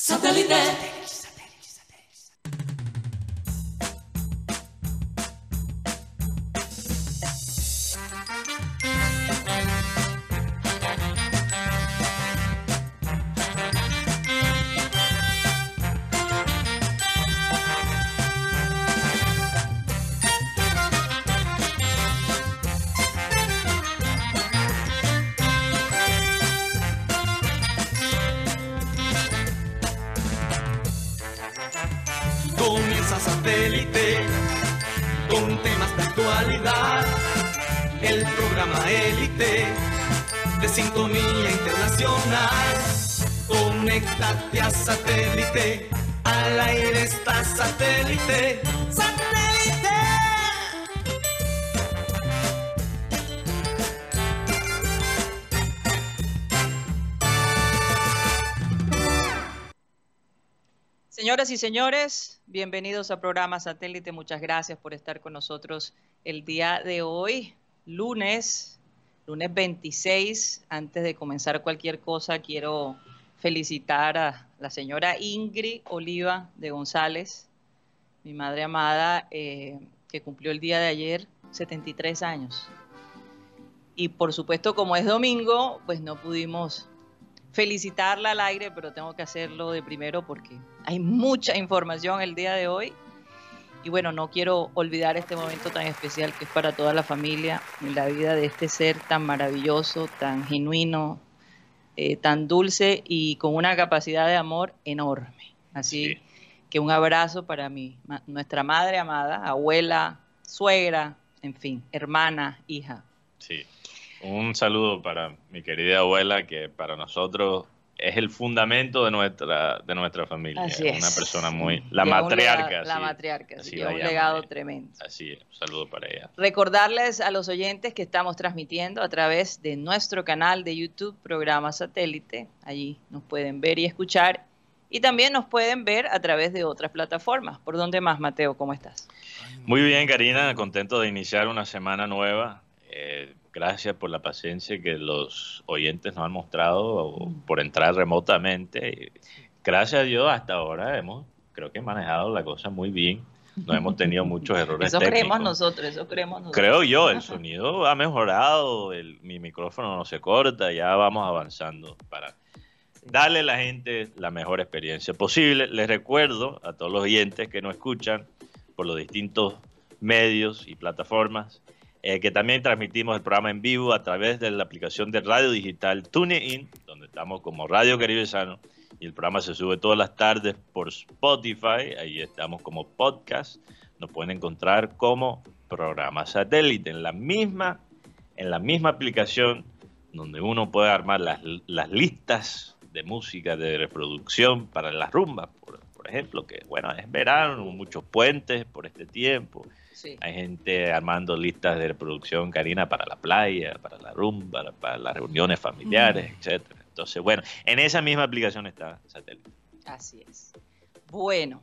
Satellite. Comienza Satélite con temas de actualidad, el programa élite de sintonía internacional. Conéctate a Satélite, al aire está Satélite. ¡Satélite! Señoras y señores, bienvenidos a programa Satélite. Muchas gracias por estar con nosotros el día de hoy, lunes 26. Antes de comenzar cualquier cosa, quiero felicitar a la señora Ingrid Oliva de González, mi madre amada, que cumplió el día de ayer 73 años. Y por supuesto, como es domingo, pues no pudimos felicitarla al aire, pero tengo que hacerlo de primero porque hay mucha información el día de hoy. Y bueno, no quiero olvidar este momento tan especial que es para toda la familia, en la vida de este ser tan maravilloso, tan genuino, tan dulce y con una capacidad de amor enorme. Así que un abrazo para nuestra madre amada, abuela, suegra, en fin, hermana, hija. Sí. Un saludo para mi querida abuela, que para nosotros es el fundamento de nuestra familia. Así es es. una persona muy... La matriarca. La matriarca, así lleva la un llaman legado ella. tremendo. Así es, un saludo para ella. Recordarles a los oyentes que estamos transmitiendo a través de nuestro canal de YouTube, Programa Satélite. Allí nos pueden ver y escuchar. Y también nos pueden ver a través de otras plataformas. ¿Por dónde más, Mateo? ¿Cómo estás? Muy bien, Karina. Contento de iniciar una semana nueva. Gracias por la paciencia que los oyentes nos han mostrado por entrar remotamente. Gracias a Dios, hasta ahora creo que manejado la cosa muy bien. No hemos tenido muchos errores Eso técnicos. creemos nosotros. Creo yo, el sonido ha mejorado, mi micrófono no se corta, ya vamos avanzando para darle a la gente la mejor experiencia posible. Les recuerdo a todos los oyentes que nos escuchan por los distintos medios y plataformas que también transmitimos el programa en vivo a través de la aplicación de radio digital TuneIn, donde estamos como Radio Caribe Sano, y el programa se sube todas las tardes por Spotify, ahí estamos como podcast. Nos pueden encontrar como Programa Satélite en la misma aplicación donde uno puede armar las listas de música de reproducción para las rumbas, por ejemplo, que bueno, es verano, muchos puentes por este tiempo. Sí. Hay gente armando listas de reproducción, Karina, para la playa, para la rumba, para las reuniones familiares, etcétera. Entonces, bueno, en esa misma aplicación está Satélite. Así es. Bueno,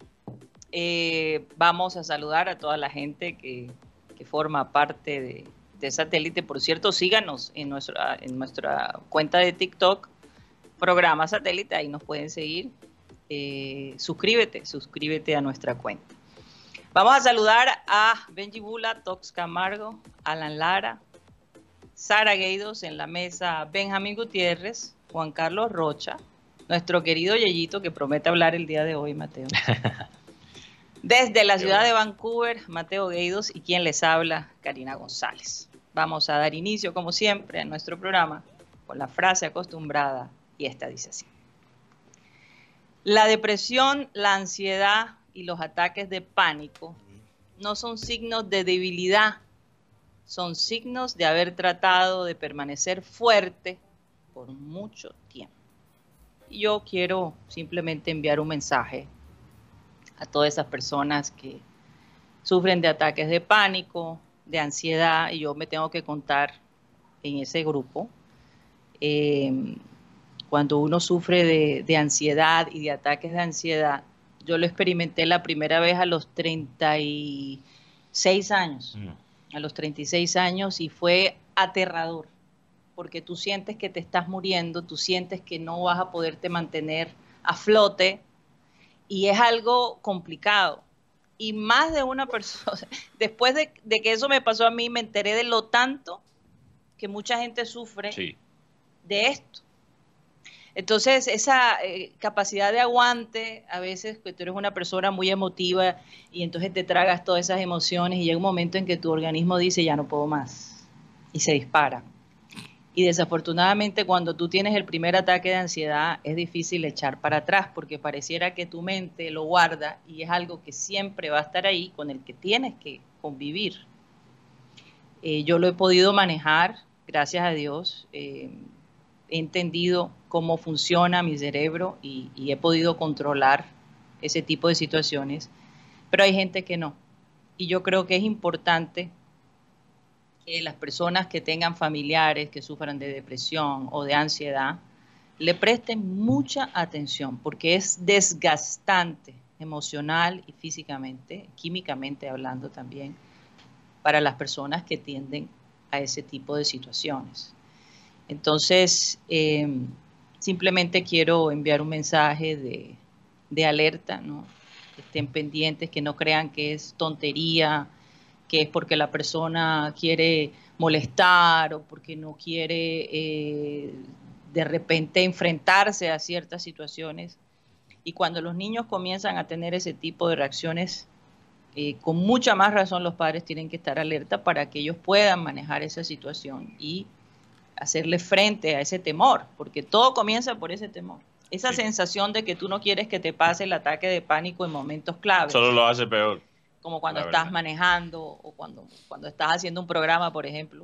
vamos a saludar a toda la gente que forma parte de Satélite. Por cierto, síganos en nuestra cuenta de TikTok, Programa Satélite, ahí nos pueden seguir. Suscríbete a nuestra cuenta. Vamos a saludar a Benji Bula, Tox Camargo, Alan Lara, Sara Gueidos en la mesa, Benjamín Gutiérrez, Juan Carlos Rocha, nuestro querido Yeyito que promete hablar el día de hoy, Mateo. Desde la ciudad de Vancouver, Mateo Gueidos y quien les habla, Karina González. Vamos a dar inicio, como siempre, a nuestro programa con la frase acostumbrada y esta dice así. La depresión, la ansiedad y los ataques de pánico no son signos de debilidad, son signos de haber tratado de permanecer fuerte por mucho tiempo. Y yo quiero simplemente enviar un mensaje a todas esas personas que sufren de ataques de pánico, de ansiedad, y yo me tengo que contar en ese grupo. Cuando uno sufre de ansiedad y de ataques de ansiedad, yo lo experimenté la primera vez a los 36 años. A los 36 años y fue aterrador, porque tú sientes que te estás muriendo, tú sientes que no vas a poderte mantener a flote y es algo complicado. Y más de una persona, después de que eso me pasó a mí, me enteré de lo tanto que mucha gente sufre de esto. Entonces, esa capacidad de aguante, a veces que tú eres una persona muy emotiva y entonces te tragas todas esas emociones y llega un momento en que tu organismo dice, ya no puedo más, y se dispara. Y desafortunadamente cuando tú tienes el primer ataque de ansiedad es difícil echar para atrás porque pareciera que tu mente lo guarda y es algo que siempre va a estar ahí, con el que tienes que convivir. Yo lo he podido manejar, gracias a Dios. He entendido cómo funciona mi cerebro y he podido controlar ese tipo de situaciones, pero hay gente que no. Y yo creo que es importante que las personas que tengan familiares que sufran de depresión o de ansiedad le presten mucha atención porque es desgastante emocional y físicamente, químicamente hablando también, para las personas que tienden a ese tipo de situaciones. Entonces, simplemente quiero enviar un mensaje de alerta, ¿no? Que estén pendientes, que no crean que es tontería, que es porque la persona quiere molestar o porque no quiere de repente enfrentarse a ciertas situaciones. Y cuando los niños comienzan a tener ese tipo de reacciones, con mucha más razón los padres tienen que estar alerta para que ellos puedan manejar esa situación y hacerle frente a ese temor, porque todo comienza por ese temor. Esa sensación de que tú no quieres que te pase el ataque de pánico en momentos claves. Solo lo hace peor. Como cuando estás manejando o cuando estás haciendo un programa, por ejemplo,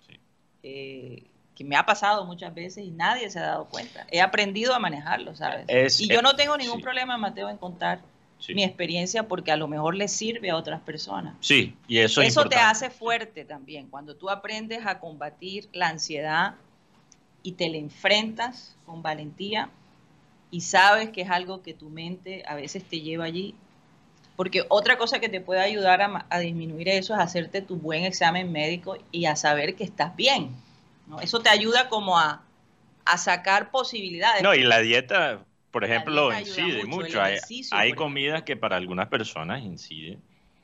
que me ha pasado muchas veces y nadie se ha dado cuenta. He aprendido a manejarlo, ¿sabes? Y yo no tengo ningún problema, Mateo, en contar mi experiencia porque a lo mejor le sirve a otras personas. Sí, y eso es importante. Te hace fuerte también. Cuando tú aprendes a combatir la ansiedad y te le enfrentas con valentía y sabes que es algo que tu mente a veces te lleva allí. Porque otra cosa que te puede ayudar a disminuir eso es hacerte tu buen examen médico y a saber que estás bien, ¿no? Eso te ayuda como a sacar posibilidades. No, y la dieta, por ejemplo, incide mucho. Hay comidas que para algunas personas inciden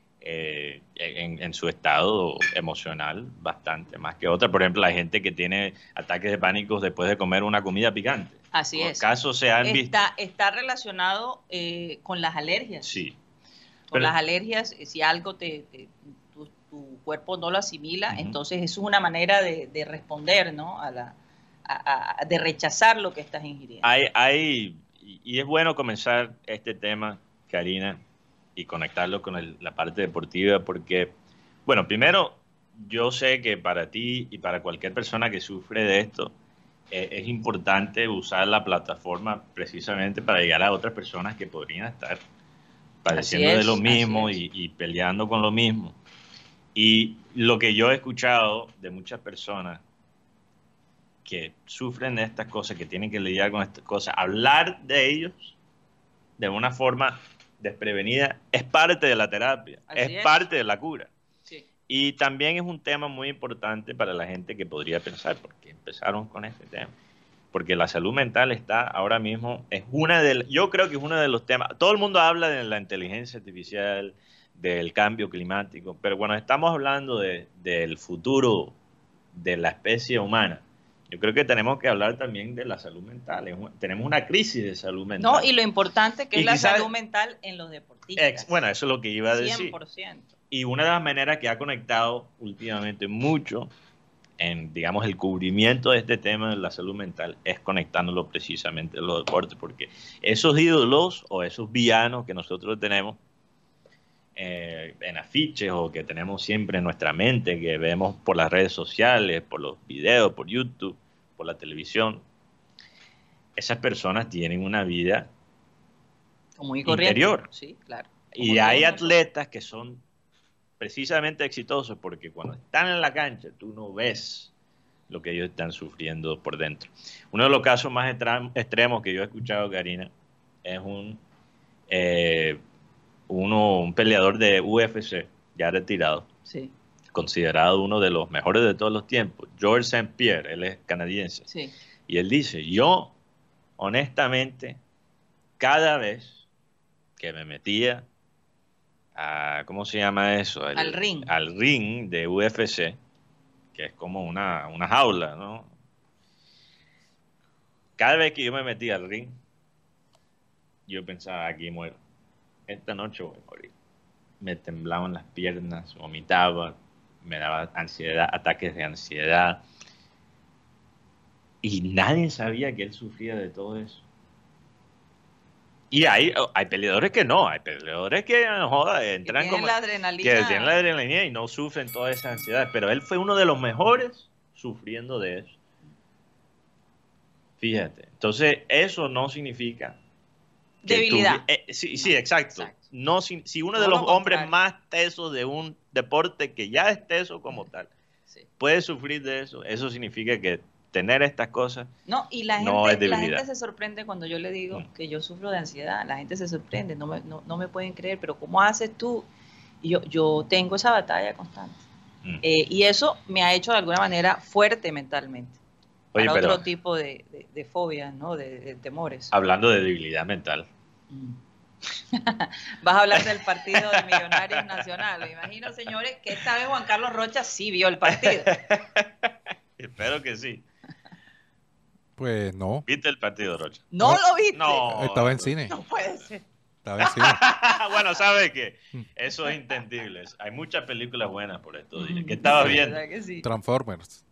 en su estado emocional bastante, más que otras. Por ejemplo, la gente que tiene ataques de pánico después de comer una comida picante. Así es. Casos se han visto. Está relacionado con las alergias. Sí. Con las alergias, si algo tu cuerpo no lo asimila, entonces eso es una manera de responder, ¿no? De rechazar lo que estás ingiriendo. Y es bueno comenzar este tema, Karina, y conectarlo con la parte deportiva, porque, bueno, primero, yo sé que para ti y para cualquier persona que sufre de esto, es importante usar la plataforma precisamente para llegar a otras personas que podrían estar padeciendo de lo mismo y peleando con lo mismo. Y lo que yo he escuchado de muchas personas que sufren de estas cosas, que tienen que lidiar con estas cosas, hablar de ellos de una forma desprevenida es parte de la terapia, es parte de la cura. Sí. Y también es un tema muy importante para la gente que podría pensar, ¿por qué empezaron con este tema? Porque la salud mental está ahora mismo, yo creo que es uno de los temas, todo el mundo habla de la inteligencia artificial, del cambio climático, pero cuando estamos hablando del futuro de la especie humana, yo creo que tenemos que hablar también de la salud mental. Tenemos una crisis de salud mental. No, y lo importante que es la salud mental en los deportistas. Bueno, eso es lo que iba a decir. 100%. Y una de las maneras que ha conectado últimamente mucho en, digamos, el cubrimiento de este tema de la salud mental es conectándolo precisamente a los deportes, porque esos ídolos o esos villanos que nosotros tenemos en afiches o que tenemos siempre en nuestra mente, que vemos por las redes sociales, por los videos, por YouTube, por la televisión, esas personas tienen una vida muy interior. Sí, claro. Y hay atletas que son precisamente exitosos porque cuando están en la cancha tú no ves lo que ellos están sufriendo por dentro. Uno de los casos más extremos que yo he escuchado, Karina, es un peleador de UFC, ya retirado, sí, considerado uno de los mejores de todos los tiempos, Georges St-Pierre, él es canadiense. Sí. Y él dice, yo honestamente, cada vez que me metía a, ¿cómo se llama eso? Al ring. Al ring de UFC, que es como una jaula, ¿no? Cada vez que yo me metía al ring, yo pensaba, aquí muero. Esta noche voy a morir. Me temblaban las piernas, vomitaba, me daba ansiedad, ataques de ansiedad. Y nadie sabía que él sufría de todo eso. Y hay peleadores que no, hay peleadores que no joda, entran que como la adrenalina. que tienen la adrenalina y no sufren toda esa ansiedad. Pero él fue uno de los mejores sufriendo de eso. Fíjate. Entonces, eso no significa debilidad. Sí, No, exacto. exacto. No, si uno Todo de los lo hombres contrario. más tesos de un deporte que ya es teso como tal, Sí. puede sufrir de eso, eso significa que tener estas cosas No, y la no es gente, la debilidad. gente se sorprende cuando yo le digo Mm. que yo sufro de ansiedad. La gente se sorprende, no me pueden creer, pero ¿cómo haces tú? Y yo tengo esa batalla constante. Mm. Y eso me ha hecho de alguna manera fuerte mentalmente. Oye, Para pero otro tipo de fobias, ¿no? De temores. hablando de debilidad mental, Vas a hablar del partido de Millonarios Nacional. Me imagino, señores, que esta vez Juan Carlos Rocha sí vio el partido. espero que sí. Pues no, ¿Viste el partido, Rocha? ¿No lo viste? No. estaba en cine. No puede ser. Estaba en cine. Bueno, ¿sabes qué? Eso es entendible. Hay muchas películas buenas por estos días. ¿Qué estabas Sí, viendo? ¿verdad que sí? Transformers.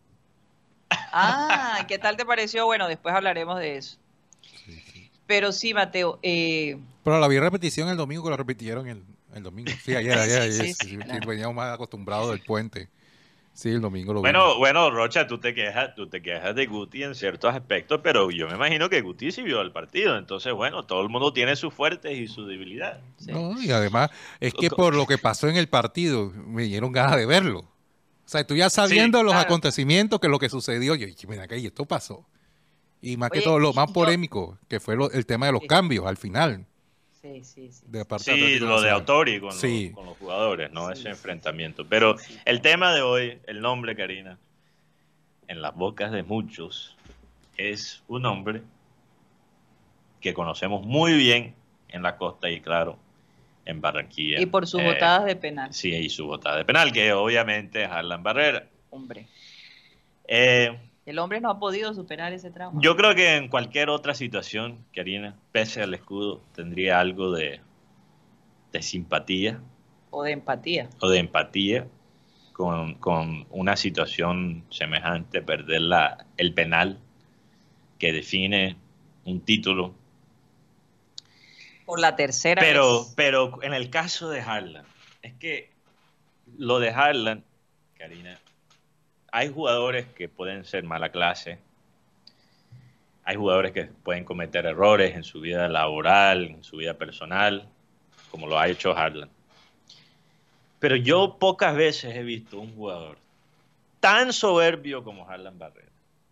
Ah, ¿qué tal te pareció? Bueno, después hablaremos de eso. Pero sí, Mateo. Pero la vi en repetición el domingo, que lo repitieron el domingo. Sí, ayer. Sí, claro. Veníamos más acostumbrados del puente. Sí, el domingo lo Bueno, vimos. bueno, Rocha, tú te quejas de Guti en ciertos aspectos, pero yo me imagino que Guti sí vio el partido. Entonces, bueno, todo el mundo tiene sus fuertes y sus debilidades. Sí. No, y además, es que por lo que pasó en el partido, me dieron ganas de verlo. O sea, tú ya sabiendo Sí, los claro. acontecimientos, que lo que sucedió, yo dije, mira, que esto pasó. Y más que Oye, todo, lo más yo- polémico, que fue el tema de los Sí. cambios al final. Sí. De parte Sí, de Atlético lo de Nacional. Autori con, Sí. con los jugadores, ¿no? Sí, Ese sí, enfrentamiento. Pero sí, el tema de hoy, el nombre, Karina, en las bocas de muchos, es un hombre que conocemos muy bien en la costa y, claro, en Barranquilla. Y por sus botadas de penal. Sí, y su botada de penal, que obviamente es Harlan Barrera. Hombre. Eh, El hombre no ha podido superar ese trauma. yo creo que en cualquier otra situación, Karina, pese al escudo, tendría algo de simpatía O de empatía. o de empatía con una situación semejante, perder el penal que define un título. Por la tercera Pero, vez. pero en el caso de Harlan, es que lo de Harlan, Karina, hay jugadores que pueden ser mala clase, hay jugadores que pueden cometer errores en su vida laboral, en su vida personal, como lo ha hecho Harlan. Pero yo pocas veces he visto un jugador tan soberbio como Harlan Barrera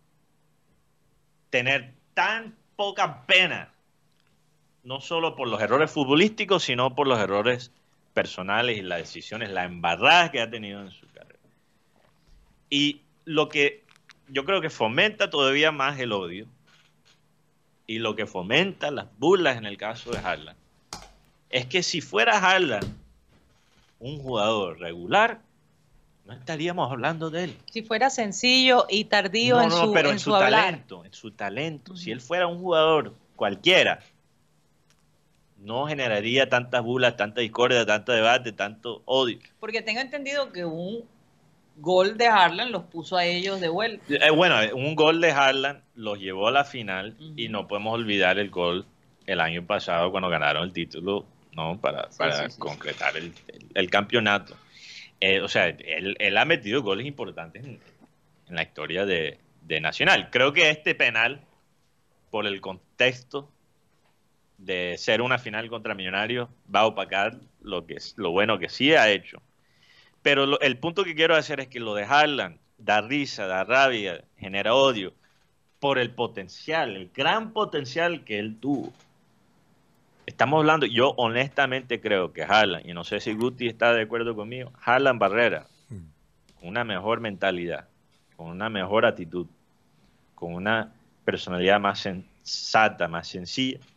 tener tan poca pena, no solo por los errores futbolísticos, sino por los errores personales y las decisiones, la embarrada que ha tenido en su carrera. Y lo que yo creo que fomenta todavía más el odio y lo que fomenta las burlas en el caso de Harlan es que si fuera Harlan un jugador regular, no estaríamos hablando de él. Si fuera sencillo y tardío Pero en su hablar. talento, en su talento. Si él fuera un jugador cualquiera, no generaría tantas burlas, tanta discordia, tanto debate, tanto odio. Porque tengo entendido que un gol de Harlan los puso a ellos de vuelta. Bueno, un gol de Harlan los llevó a la final y no podemos olvidar el gol el año pasado cuando ganaron el título, ¿no? Para concretar el campeonato. O sea, él ha metido goles importantes en la historia de Nacional. Creo que este penal, por el contexto de ser una final contra Millonarios, va a opacar lo bueno que sí ha hecho. Pero el punto que quiero hacer es que lo de Harlan da risa, da rabia, genera odio por el potencial, el gran potencial que él tuvo. Estamos hablando, yo honestamente creo que Harlan, y no sé si Guti está de acuerdo conmigo, Harlan Barrera, con una mejor mentalidad, con una mejor actitud, con una personalidad más sensata, más sencilla,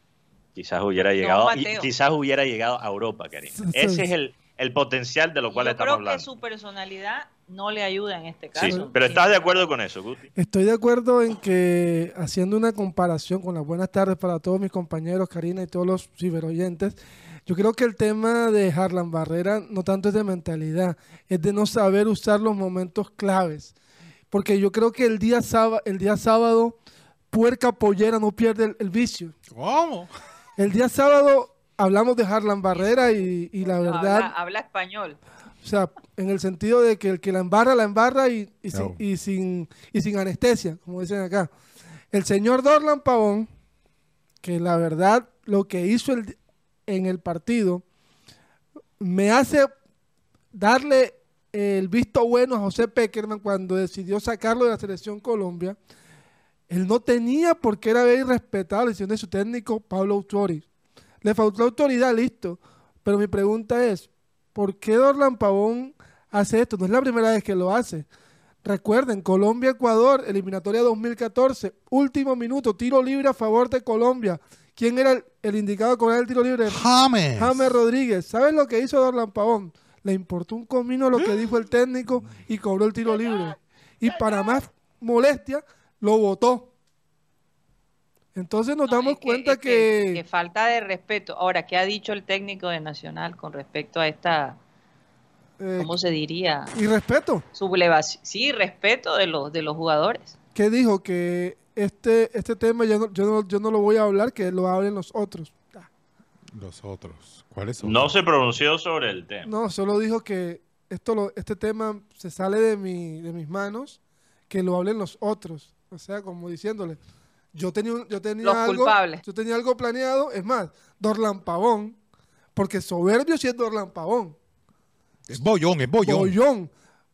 quizás hubiera llegado, Mateo. quizás hubiera llegado a Europa, Karina. Ese es el potencial de lo cual estamos hablando. Yo creo que su personalidad no le ayuda en este caso. Sí, pero ¿estás de acuerdo con eso, Guti? Estoy de acuerdo en que, haciendo una comparación con las buenas tardes para todos mis compañeros, Karina y todos los ciberoyentes, yo creo que el tema de Harlan Barrera no tanto es de mentalidad, es de no saber usar los momentos claves. Porque yo creo que el día sábado, puerca pollera no pierde el vicio. ¿Cómo? El día sábado hablamos de Harlan Barrera y la verdad... Habla español. O sea, en el sentido de que el que la embarra y sin anestesia, como dicen acá. El señor Dorlan Pavón, que la verdad lo que hizo en el partido me hace darle el visto bueno a José Pekerman cuando decidió sacarlo de la selección Colombia. Él no tenía por qué haber irrespetado la decisión de su técnico Pablo Autori. Le faltó autoridad, listo. Pero mi pregunta es, ¿por qué Dorlan Pavón hace esto? No es la primera vez que lo hace. Recuerden, Colombia-Ecuador, eliminatoria 2014, último minuto, tiro libre a favor de Colombia. ¿Quién era el indicado a cobrar el tiro libre? James Rodríguez. ¿Sabes lo que hizo Dorlan Pavón? Le importó un comino lo que dijo el técnico y cobró el tiro libre. Y para más molestia, lo votó. Entonces nos damos cuenta que falta de respeto. Ahora, ¿qué ha dicho el técnico de Nacional con respecto a esta, cómo se diría? Irrespeto. Sublevación. Sí, respeto de los jugadores. ¿Qué dijo? Que este tema yo no lo voy a hablar, que lo hablen los otros. Los otros. ¿Cuáles son? No se pronunció sobre el tema. No, solo dijo que este tema se sale de mis manos, que lo hablen los otros. O sea, como diciéndole, yo tenía algo planeado, es más, Dorlan Pavón, porque soberbio sí es Dorlan Pavón. Es Bollón.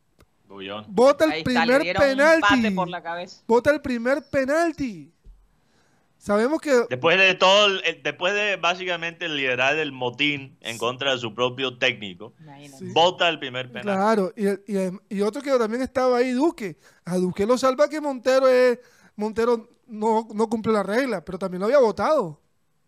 Bota el primer penalti. Por la cabeza. Bota el primer penalti. Sabemos que después de básicamente liderar el motín en contra de su propio técnico, bota el primer penalti. Claro, y otro que también estaba ahí, Duque. A Duque lo salva que Montero no cumplió la regla, pero también lo había votado.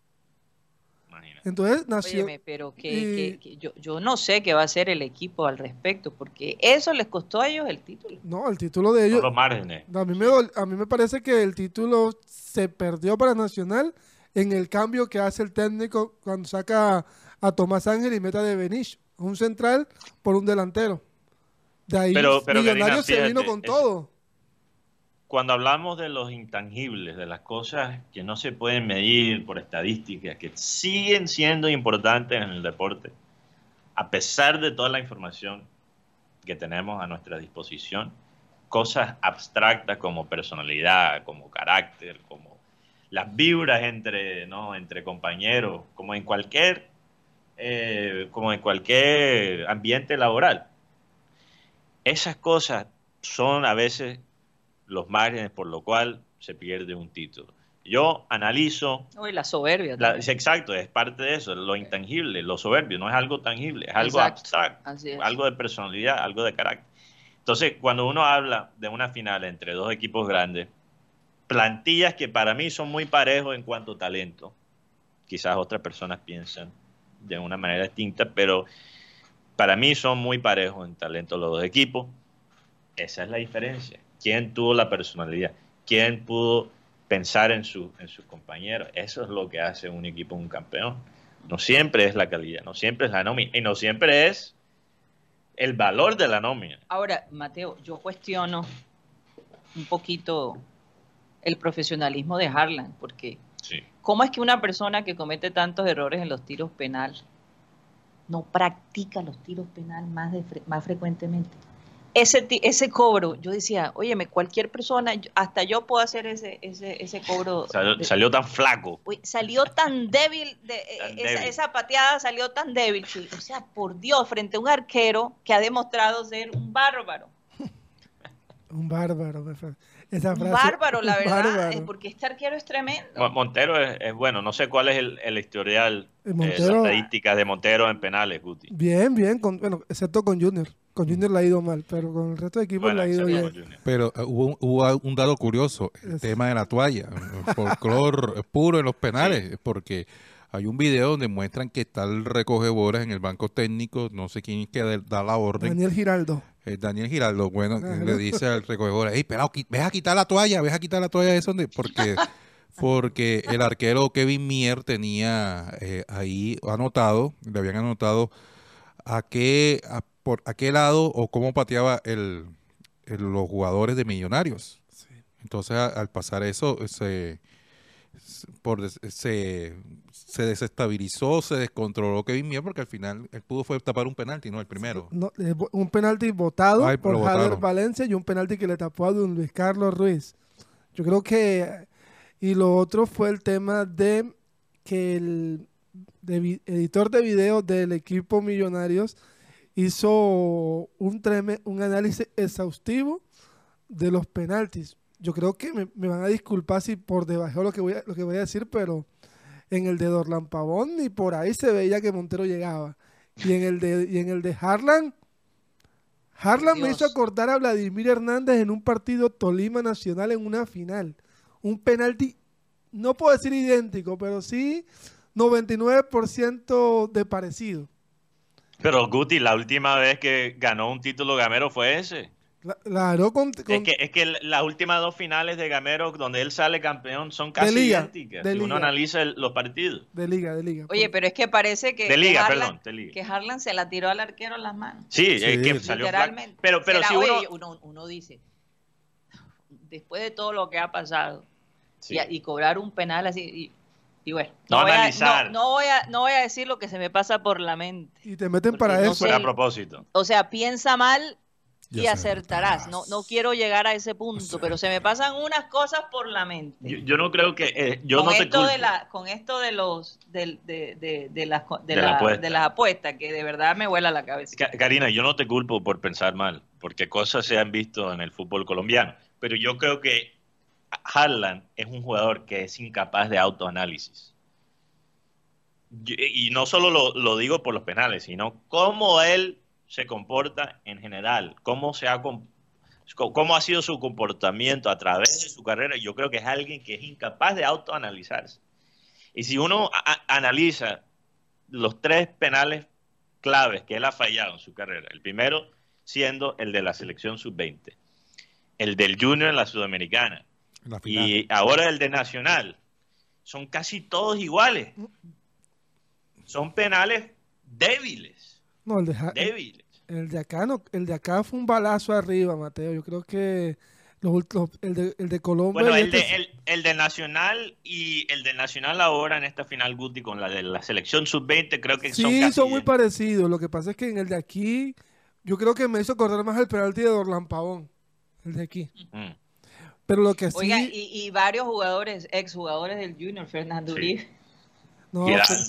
Entonces nació. Óyeme, pero yo no sé qué va a hacer el equipo al respecto, porque eso les costó a ellos el título. No, el título de ellos. Los márgenes. A mí me parece que el título se perdió para Nacional en el cambio que hace el técnico cuando saca a Tomás Ángel y meta de Benicio, un central por un delantero. De ahí pero Millonarios Karina, se vino con todo. Cuando hablamos de los intangibles, de las cosas que no se pueden medir por estadísticas, que siguen siendo importantes en el deporte, a pesar de toda la información que tenemos a nuestra disposición, cosas abstractas como personalidad, como carácter, como las vibras entre compañeros, como en cualquier ambiente laboral. Esas cosas son a veces los márgenes por lo cual se pierde un título. Yo analizo... la soberbia. Exacto, es parte de eso, lo intangible, lo soberbio, no es algo tangible, es algo abstracto, algo de personalidad, algo de carácter. Entonces, cuando uno habla de una final entre dos equipos grandes, plantillas que para mí son muy parejos en cuanto a talento, quizás otras personas piensan de una manera distinta, pero para mí son muy parejos en talento los dos equipos. Esa es la diferencia. ¿Quién tuvo la personalidad? ¿Quién pudo pensar en sus compañeros? Eso es lo que hace un equipo un campeón. No siempre es la calidad, no siempre es la nómina y no siempre es el valor de la nómina. Ahora, Mateo, yo cuestiono un poquito el profesionalismo de Harlan, porque ¿cómo es que una persona que comete tantos errores en los tiros penal no practica los tiros penal más frecuentemente? Ese cobro, yo decía, óyeme, cualquier persona, hasta yo puedo hacer ese cobro. Salió tan flaco. Salió tan débil, esa pateada salió tan débil. O sea, por Dios, frente a un arquero que ha demostrado ser un bárbaro. Un bárbaro, esa frase, un bárbaro, la verdad, porque este arquero es tremendo. Montero es bueno, no sé cuál es el historial, las estadísticas de Montero en penales, Guti. Bien, excepto con Junior. Con Junior le ha ido mal, pero con el resto de equipos le ha ido bien. Pero hubo un dato curioso, el tema de la toalla, el folclore puro en los penales, porque Hay un video donde muestran que está el recogebolas en el banco técnico, no sé quién es que da la orden. Daniel Giraldo. Daniel Giraldo, bueno, le dice al recogebolas, hey, pelado, ves a quitar la toalla de eso, porque el arquero Kevin Mier tenía ahí anotado, le habían anotado por a qué lado o cómo pateaba los jugadores de Millonarios. Sí. Entonces, al pasar eso, se desestabilizó, se descontroló Kevin Mier, porque al final él fue tapar un penalti, no el primero. No, un penalti votado por Javier Valencia y un penalti que le tapó a don Luis Carlos Ruiz. Yo creo que... Y lo otro fue el tema de que el editor de video del equipo Millonarios hizo un análisis exhaustivo de los penaltis. Yo creo que me van a disculpar si por debajo lo que voy a decir, pero en el de Dorlan Pavón ni por ahí se veía que Montero llegaba. Y en el de Harlan me hizo acordar a Vladimir Hernández en un partido Tolima Nacional en una final. Un penalti, no puedo decir idéntico, pero sí 99% de parecido. Pero Guti, la última vez que ganó un título Gamero fue ese. Claro, es que las últimas 2 finales de Gamero donde él sale campeón son casi idénticas. Si uno analiza los partidos. De liga. Oye, pero es que parece que que Harlan se la tiró al arquero en las manos. Sí, es que salió literalmente. Pero si uno dice, después de todo lo que ha pasado, sí, y cobrar un penal así, y bueno, no voy a decir lo que se me pasa por la mente. Y te meten para eso. A propósito. O sea, piensa mal y acertarás. No quiero llegar a ese punto, pero se me pasan unas cosas por la mente. Yo no creo que con esto de las apuestas, que de verdad me vuela la cabeza. Karina, yo no te culpo por pensar mal, porque cosas se han visto en el fútbol colombiano, pero yo creo que Harlan es un jugador que es incapaz de autoanálisis. Y no solo lo digo por los penales, sino cómo él se comporta en general, cómo ha sido su comportamiento a través de su carrera. Yo creo que es alguien que es incapaz de autoanalizarse. Y si uno analiza los 3 penales claves que él ha fallado en su carrera, el primero siendo el de la selección sub-20, el del Junior en la Sudamericana, y ahora el de Nacional, son casi todos iguales. Son penales débiles. No, débiles. El de acá fue un balazo arriba, Mateo. Yo creo que el de Colombia... Bueno, el de Nacional y el de Nacional ahora en esta final, Guti, con la de la selección sub-20, creo que son muy parecidos. Lo que pasa es que en el de aquí, yo creo que me hizo acordar más el penalti de Dorlan Pavón, el de aquí. Pero lo que sí... Oiga, y varios exjugadores del Junior, Fernando Uribe. No,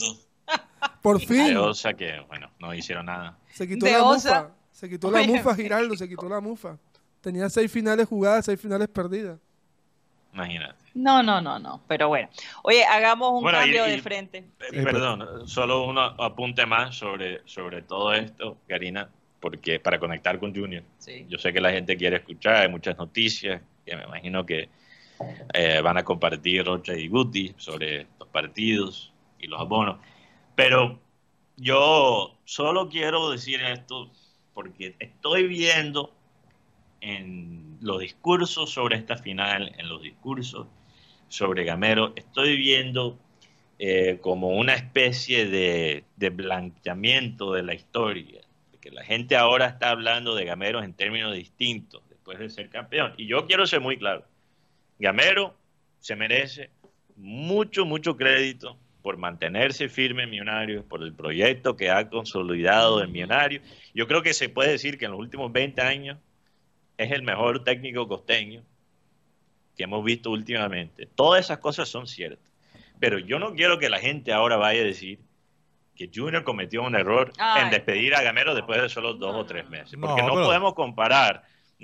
por fin. De Osa, que bueno, no hicieron nada. Se quitó la mufa. Se quitó la mufa, Giraldo, se quitó la mufa. Tenía 6 finales jugadas, 6 finales perdidas. Imagínate. No. Pero bueno. Oye, hagamos un cambio de frente. Perdón, solo un apunte más sobre todo esto, Karina, porque para conectar con Junior. Sí. Yo sé que la gente quiere escuchar, hay muchas noticias, que me imagino que van a compartir Rocha y Guti sobre los partidos y los abonos. Pero yo solo quiero decir esto porque estoy viendo en los discursos sobre esta final, en los discursos sobre Gamero, estoy viendo como una especie de blanqueamiento de la historia, que la gente ahora está hablando de Gamero en términos distintos después de ser campeón. Y yo quiero ser muy claro, Gamero se merece mucho crédito por mantenerse firme en Millonarios, por el proyecto que ha consolidado en Millonarios. Yo creo que se puede decir que en los últimos 20 años es el mejor técnico costeño que hemos visto últimamente. Todas esas cosas son ciertas. Pero yo no quiero que la gente ahora vaya a decir que Junior cometió un error en despedir a Gamero después de solo 2 o 3 meses. Porque no podemos comparar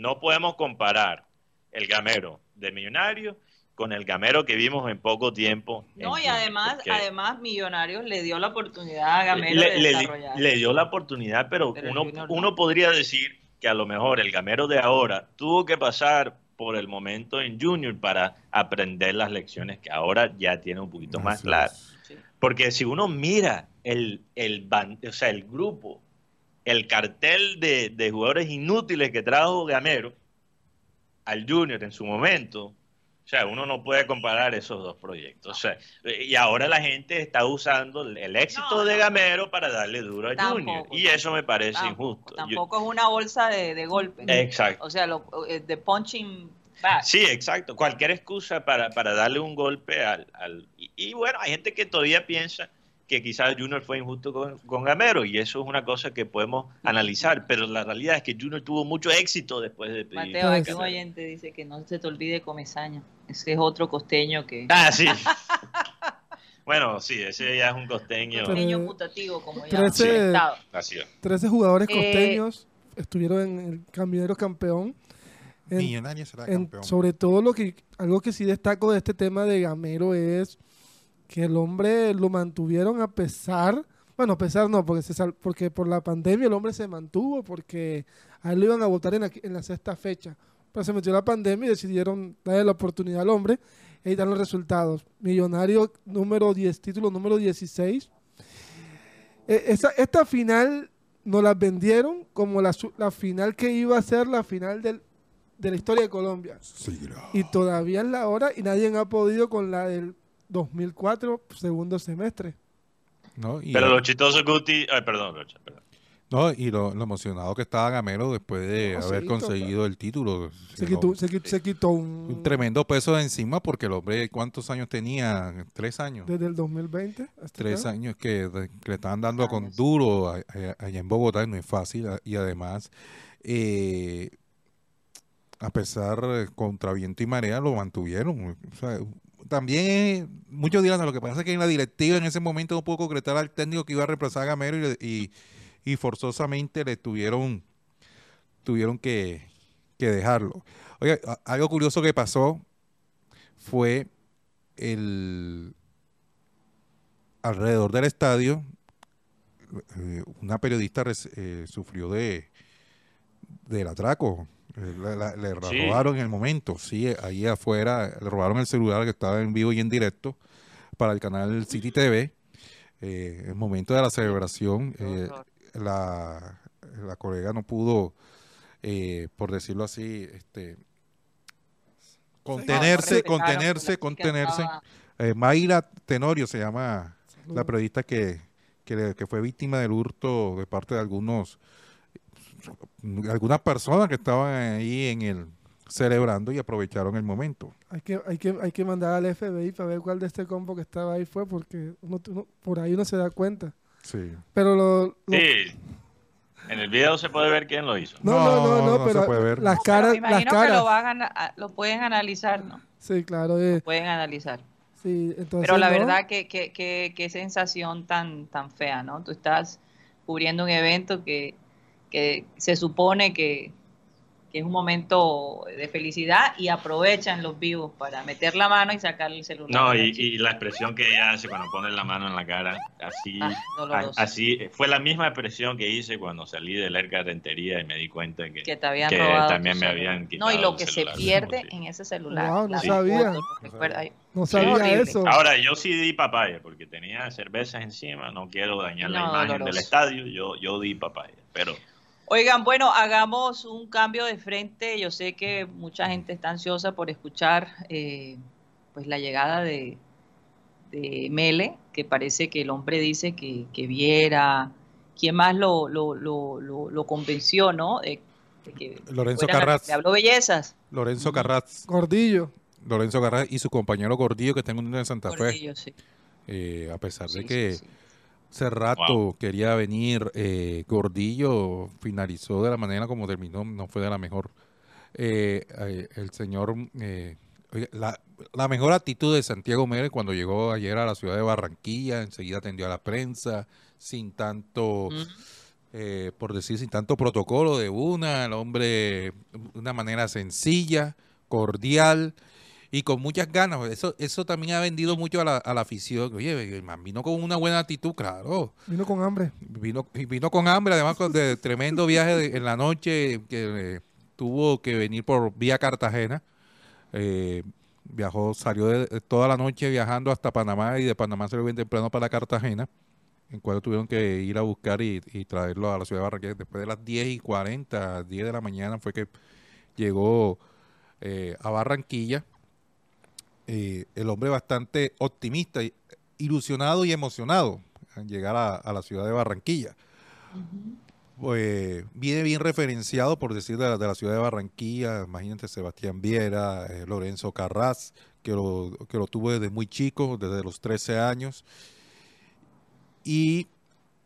el Gamero de Millonarios con el Gamero que vimos en poco tiempo. No, y además Millonarios le dio la oportunidad a Gamero de desarrollar. Le dio la oportunidad, pero uno podría decir que a lo mejor el Gamero de ahora tuvo que pasar por el momento en Junior para aprender las lecciones que ahora ya tiene un poquito más claras. Sí. Porque si uno mira o sea, el grupo, el cartel de jugadores inútiles que trajo Gamero al Junior en su momento, o sea, uno no puede comparar esos dos proyectos. O sea, y ahora la gente está usando el éxito de Gamero para darle duro a Junior. Y eso me parece injusto. Tampoco es una bolsa de golpe. Exacto. O sea, de punching bag. Sí, exacto. Cualquier excusa para darle un golpe y bueno, hay gente que todavía piensa que quizás Junior fue injusto con Gamero, y eso es una cosa que podemos analizar, pero la realidad es que Junior tuvo mucho éxito después de pedir. Mateo, aquí un oyente dice que no se te olvide Comesaña. Ese es otro costeño que... Ah, sí. Bueno, sí, ese ya es un costeño. Costeño putativo, como ya hemos estado. Así es. 13 jugadores costeños estuvieron en el Caminero campeón. Millonario será campeón. Sobre todo algo que sí destaco de este tema de Gamero es que el hombre lo mantuvieron a pesar no, porque por la pandemia el hombre se mantuvo, porque a él lo iban a votar en la sexta fecha, pero se metió la pandemia y decidieron darle la oportunidad al hombre y dar los resultados. Millonario número 10, título número 16. Esta final nos la vendieron como la final que iba a ser la final de la historia de Colombia. Sí, y todavía es la hora y nadie ha podido con la del 2004, segundo semestre. No, pero lo chistoso, Guti... Ay, perdón, Rocha, perdón. No, y lo emocionado que estaba Gamero después de haber conseguido el título. Se quitó un tremendo peso de encima, porque el hombre, ¿cuántos años tenía? 3 años. Desde el 2020 hasta 3 años que le estaban dando con duro allá en Bogotá, y no es fácil. Y además, a pesar contra viento y marea, lo mantuvieron. O sea, también muchos dirán, lo que pasa es que en la directiva en ese momento no pudo concretar al técnico que iba a reemplazar a Gamero, y forzosamente le tuvieron que dejarlo. Oye, algo curioso que pasó fue alrededor del estadio, una periodista sufrió del atraco. Le robaron en el momento, sí, ahí afuera, le robaron el celular que estaba en vivo y en directo para el canal City TV. El momento de la celebración, la colega no pudo, por decirlo así, contenerse. Mayra Tenorio se llama la periodista que fue víctima del hurto de parte de algunas personas que estaban ahí celebrando y aprovecharon el momento. Hay que mandar al FBI para ver cuál de este combo que estaba ahí fue, porque por ahí uno se da cuenta. Sí. Pero sí. En el video se puede ver quién lo hizo. No, pero se puede ver. Las caras, me imagino que lo pueden analizar, ¿no? Sí, claro. Lo pueden analizar. Sí, entonces, pero la verdad que sensación tan fea, ¿no? Tú estás cubriendo un evento que se supone que es un momento de felicidad, y aprovechan los vivos para meter la mano y sacar el celular. No, y la expresión que ella hace cuando pone la mano en la cara, así fue la misma expresión que hice cuando salí de la Rentería y me di cuenta que te habían robado también me habían quitado. No, y lo que se pierde en ese celular. Wow, no sabía. No sabía eso. Ahora, yo sí di papaya porque tenía cervezas encima, no quiero dañar la imagen del estadio, yo di papaya, pero... Oigan, bueno, hagamos un cambio de frente. Yo sé que mucha gente está ansiosa por escuchar pues la llegada de Mele, que parece que el hombre dice que Viera, ¿quién más lo convenció, no? Lorenzo Carraz. Le habló bellezas. Lorenzo Carraz. Gordillo. Lorenzo Carraz y su compañero Gordillo, que está en Unión de Santa Fe. Sí. A pesar de que hace rato quería venir, Gordillo finalizó de la manera como terminó, no fue de la mejor. El señor, la mejor actitud de Santiago Mérez cuando llegó ayer a la ciudad de Barranquilla, enseguida atendió a la prensa, sin tanto, por decir, sin tanto protocolo de el hombre, de una manera sencilla, cordial, y con muchas ganas. Eso también ha vendido mucho a la afición. Oye, el man vino con una buena actitud, claro. Vino con hambre. Vino con hambre, además de tremendo viaje en la noche que tuvo que venir por vía Cartagena. salió de toda la noche viajando hasta Panamá y de Panamá salió bien temprano para Cartagena, en cual tuvieron que ir a buscar y traerlo a la ciudad de Barranquilla. Después de las 10:40, 10 de la mañana fue que llegó a Barranquilla. El hombre bastante optimista, ilusionado y emocionado al llegar a la ciudad de Barranquilla. Pues viene bien referenciado, por decir, de la ciudad de Barranquilla. Imagínate, Sebastián Viera, Lorenzo Carrás, que lo tuvo desde muy chico, desde los 13 años. Y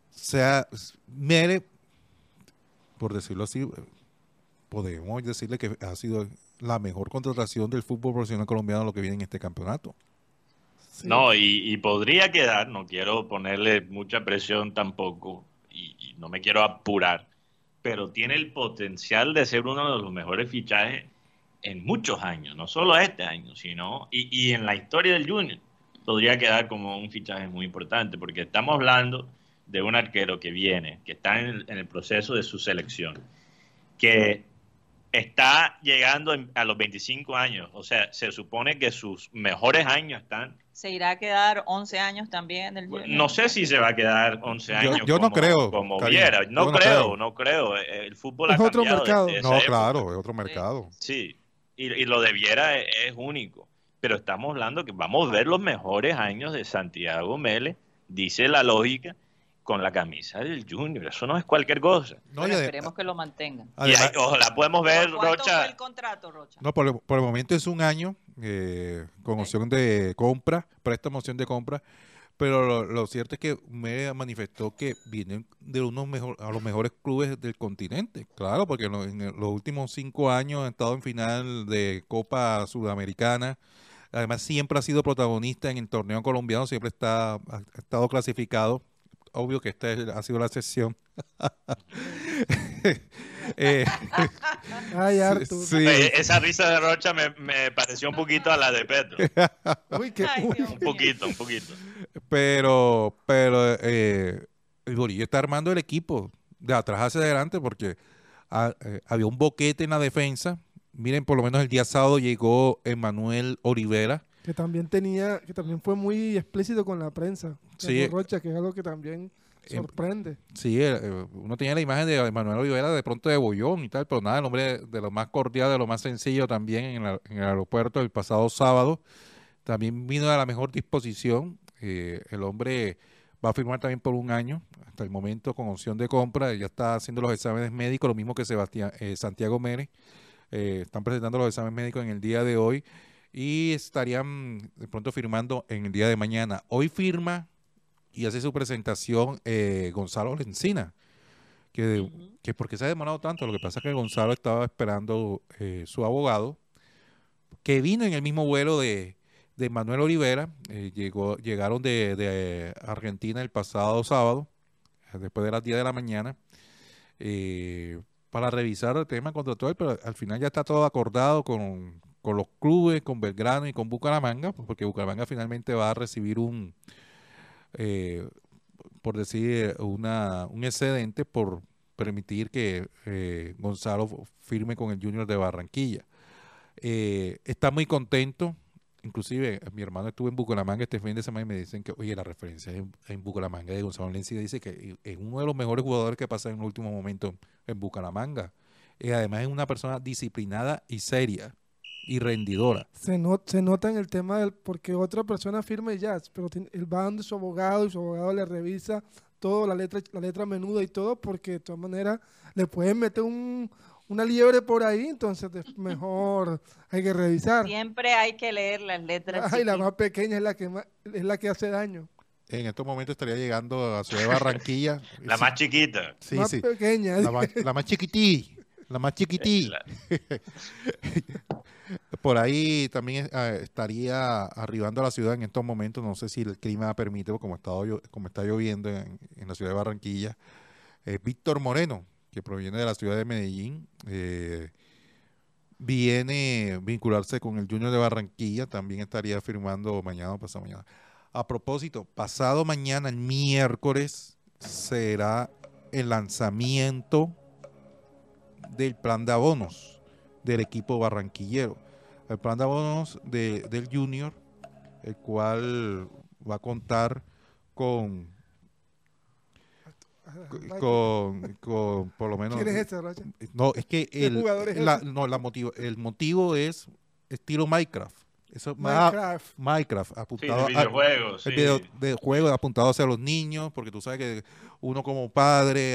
Mele, por decirlo así, podemos decirle que ha sido la mejor contratación del fútbol profesional colombiano lo que viene en este campeonato. Sí. No, y podría quedar, no quiero ponerle mucha presión tampoco, y no me quiero apurar, pero tiene el potencial de ser uno de los mejores fichajes en muchos años, no solo este año, sino y en la historia del Junior podría quedar como un fichaje muy importante, porque estamos hablando de un arquero que viene, que está en el proceso de su selección, que está llegando a los 25 años, o sea, se supone que sus mejores años están... ¿Se irá a quedar 11 años también en el Junior? No sé si se va a quedar 11 años yo no creo, como Viera. No creo. El fútbol es ha otro cambiado. mercado. No, claro, es otro mercado. Sí, y lo de Viera es único. Pero estamos hablando que vamos a ver los mejores años de Santiago Mele, dice la lógica, con la camisa del Junior. Eso no es cualquier cosa. No, esperemos que lo mantengan. Además, ojalá podemos ver, ¿cuánto Rocha. fue el contrato, Rocha? No, por el momento es un año con opción de compra, préstamo, opción de compra. Pero lo cierto es que me manifestó que vienen de a los mejores clubes del continente. Claro, porque en los últimos 5 años ha estado en final de Copa Sudamericana. Además, siempre ha sido protagonista en el torneo colombiano, siempre ha estado clasificado. Obvio que esta ha sido la excepción. Ay, Artur. Sí. Esa risa de Rocha me pareció un poquito a la de Petro. Un poquito. Pero el Bolillo está armando el equipo de atrás hacia adelante porque había un boquete en la defensa. Miren, por lo menos el día sábado llegó Emmanuel Olivera. Que también fue muy explícito con la prensa. Sí. Rocha, que es algo que también sorprende. Sí, uno tenía la imagen de Emmanuel Olivera de pronto de bollón y tal, pero nada, el hombre de lo más cordial, de lo más sencillo también en el aeropuerto el pasado sábado. También vino a la mejor disposición. El hombre va a firmar también por un año, hasta el momento con opción de compra. Ya está haciendo los exámenes médicos, lo mismo que Santiago Mérez. Están presentando los exámenes médicos en el día de hoy y estarían de pronto firmando en el día de mañana. Hoy firma y hace su presentación Gonzalo Lencina, que ¿por qué se ha demorado tanto? Lo que pasa es que Gonzalo estaba esperando su abogado, que vino en el mismo vuelo de Manuel Olivera. Llegaron de Argentina el pasado sábado, después de las 10 de la mañana, para revisar el tema contractual, pero al final ya está todo acordado con los clubes, con Belgrano y con Bucaramanga, porque Bucaramanga finalmente va a recibir por decir, un excedente por permitir que Gonzalo firme con el Junior de Barranquilla. Está muy contento. Inclusive mi hermano estuvo en Bucaramanga este fin de semana y me dicen que, oye, la referencia en Bucaramanga de Gonzalo Lencina dice que es uno de los mejores jugadores que pasa en el último momento en Bucaramanga. Además es una persona disciplinada y seria y rendidora. Se nota en el tema porque otra persona firma y ya, pero él va dando su abogado y su abogado le revisa todo, la letra menuda y todo, porque de todas maneras le pueden meter una liebre por ahí, entonces mejor hay que revisar. Siempre hay que leer las letras. Ay, la más pequeña es la que hace daño. En estos momentos estaría llegando a Ciudad de Barranquilla. La más chiquita. Sí, más pequeña. La más chiquití. La más chiquití. Por ahí también estaría arribando a la ciudad en estos momentos. No sé si el clima permite, como está lloviendo en la ciudad de Barranquilla. Víctor Moreno, que proviene de la ciudad de Medellín, viene a vincularse con el Junior de Barranquilla. También estaría firmando mañana o pasado mañana. A propósito, pasado mañana, el miércoles, será el lanzamiento del plan de abonos del equipo barranquillero. el plan de abonos del Junior, el cual va a contar con por lo menos. ¿Quién es ese, Rocha? No, es que ¿Qué jugador es ese? el motivo es estilo Minecraft. Eso Minecraft Sí, apuntado de videojuegos. el Sí. video de juego apuntado hacia los niños, porque tú sabes que uno como padre,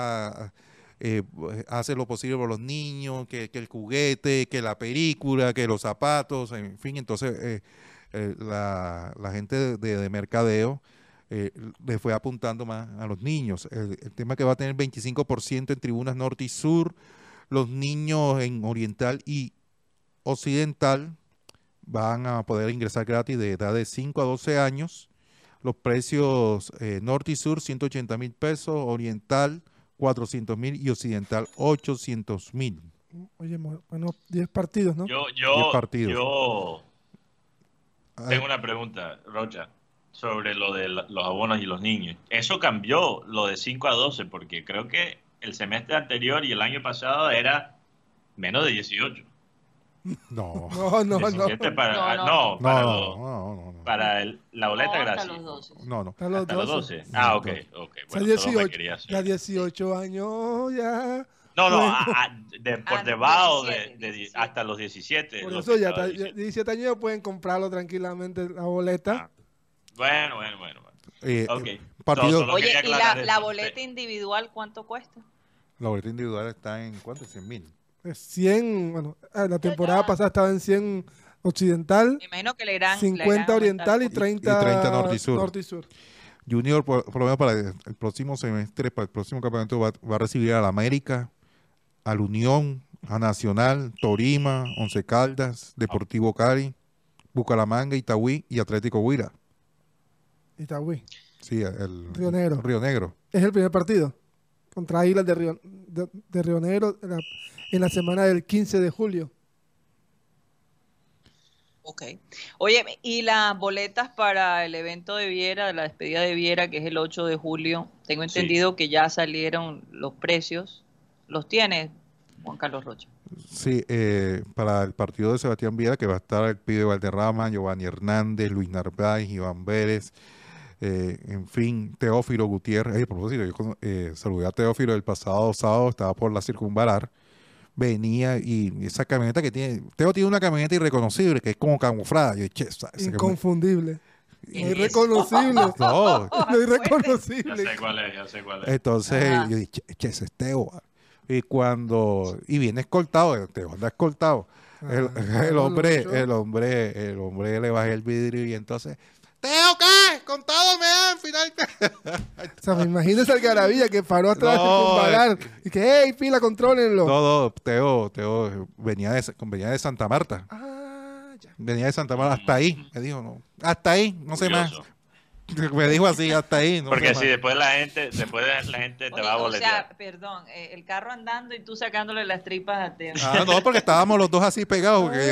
hace lo posible por los niños, que el juguete, que la película, que los zapatos, en fin, entonces la gente de mercadeo le fue apuntando más a los niños. El tema que va a tener 25% en tribunas norte y sur, los niños en oriental y occidental van a poder ingresar gratis de edad de 5 a 12 años. Los precios norte y sur, 180,000 pesos, oriental 400,000 y occidental 800,000. Oye, bueno, 10 partidos, ¿no? 10 partidos. Yo tengo una pregunta, Rocha, sobre lo de los abonos y los niños. Eso cambió lo de 5 a 12, porque creo que el semestre anterior y el año pasado era menos de 18. No. No. 17 para, No. para la boleta hasta gratis. los 12. No. Hasta los Hasta los 12. 12. Ah, ok. O sea, Bueno, solo me 18, quería hacer. ya 18 años, ya. No, Bueno. por debajo 17, de 17. hasta los 17. Por lo eso que ya estaba está, diciendo. 17 años ya pueden comprarlo tranquilamente la boleta. Ah. Bueno. Ok. Partido- Solo Oye, quería ¿y aclarar la eso. boleta individual cuánto cuesta? La boleta individual está en ¿cuánto? 100,000. Es 100, bueno, la temporada pasada estaba en 100 occidental, Me imagino que le irán 50 oriental y 30, 30 norte y sur. sur. Junior, por lo menos para el próximo semestre, para el próximo campeonato, va a recibir al América, al Unión, a Nacional, Torima, Once Caldas, Deportivo Cali, Bucaramanga, Itagüí y Atlético Huila. Itagüí. Sí, el Río Negro. Río Negro. Es el primer partido contra Águilas de Río Negro en la semana del 15 de julio. Ok. Oye, ¿y las boletas para el evento de Viera, de la despedida de Viera, que es el 8 de julio? Tengo entendido que ya salieron los precios. ¿Los tiene Juan Carlos Rocha? Sí, para el partido de Sebastián Viera, que va a estar el Pibe Valderrama, Giovanni Hernández, Luis Narváez, Iván Vélez, en fin, Teófilo Gutiérrez. A propósito, yo saludé a Teófilo el pasado sábado, estaba por la Circunvalar, venía y esa camioneta que tiene, Teo tiene una camioneta irreconocible que es como camuflada. Yo dije, Inconfundible. ¿Qué No es irreconocible. no. No irreconocible. Ya sé cuál es. Entonces Ajá. yo dije, ese es Teo. Y viene escoltado, Teo anda escoltado. El hombre le bajé el vidrio y entonces, Teo, ¿qué? Contado me dan, final. O sea, me imagino esa algarabía que paró hasta la circunvalar y que, hey, pila, contrólenlo. No, Teo venía de Santa Marta. Ya. Venía de Santa Marta, hasta ahí. Me dijo, no, hasta ahí, no sé más. Curioso. Me dijo así, hasta ahí. No Porque sé si más. después la gente te Oye, va a o boletear. sea, perdón, el carro andando y tú sacándole las tripas a Teo. Ah, no, porque estábamos los dos así pegados. Porque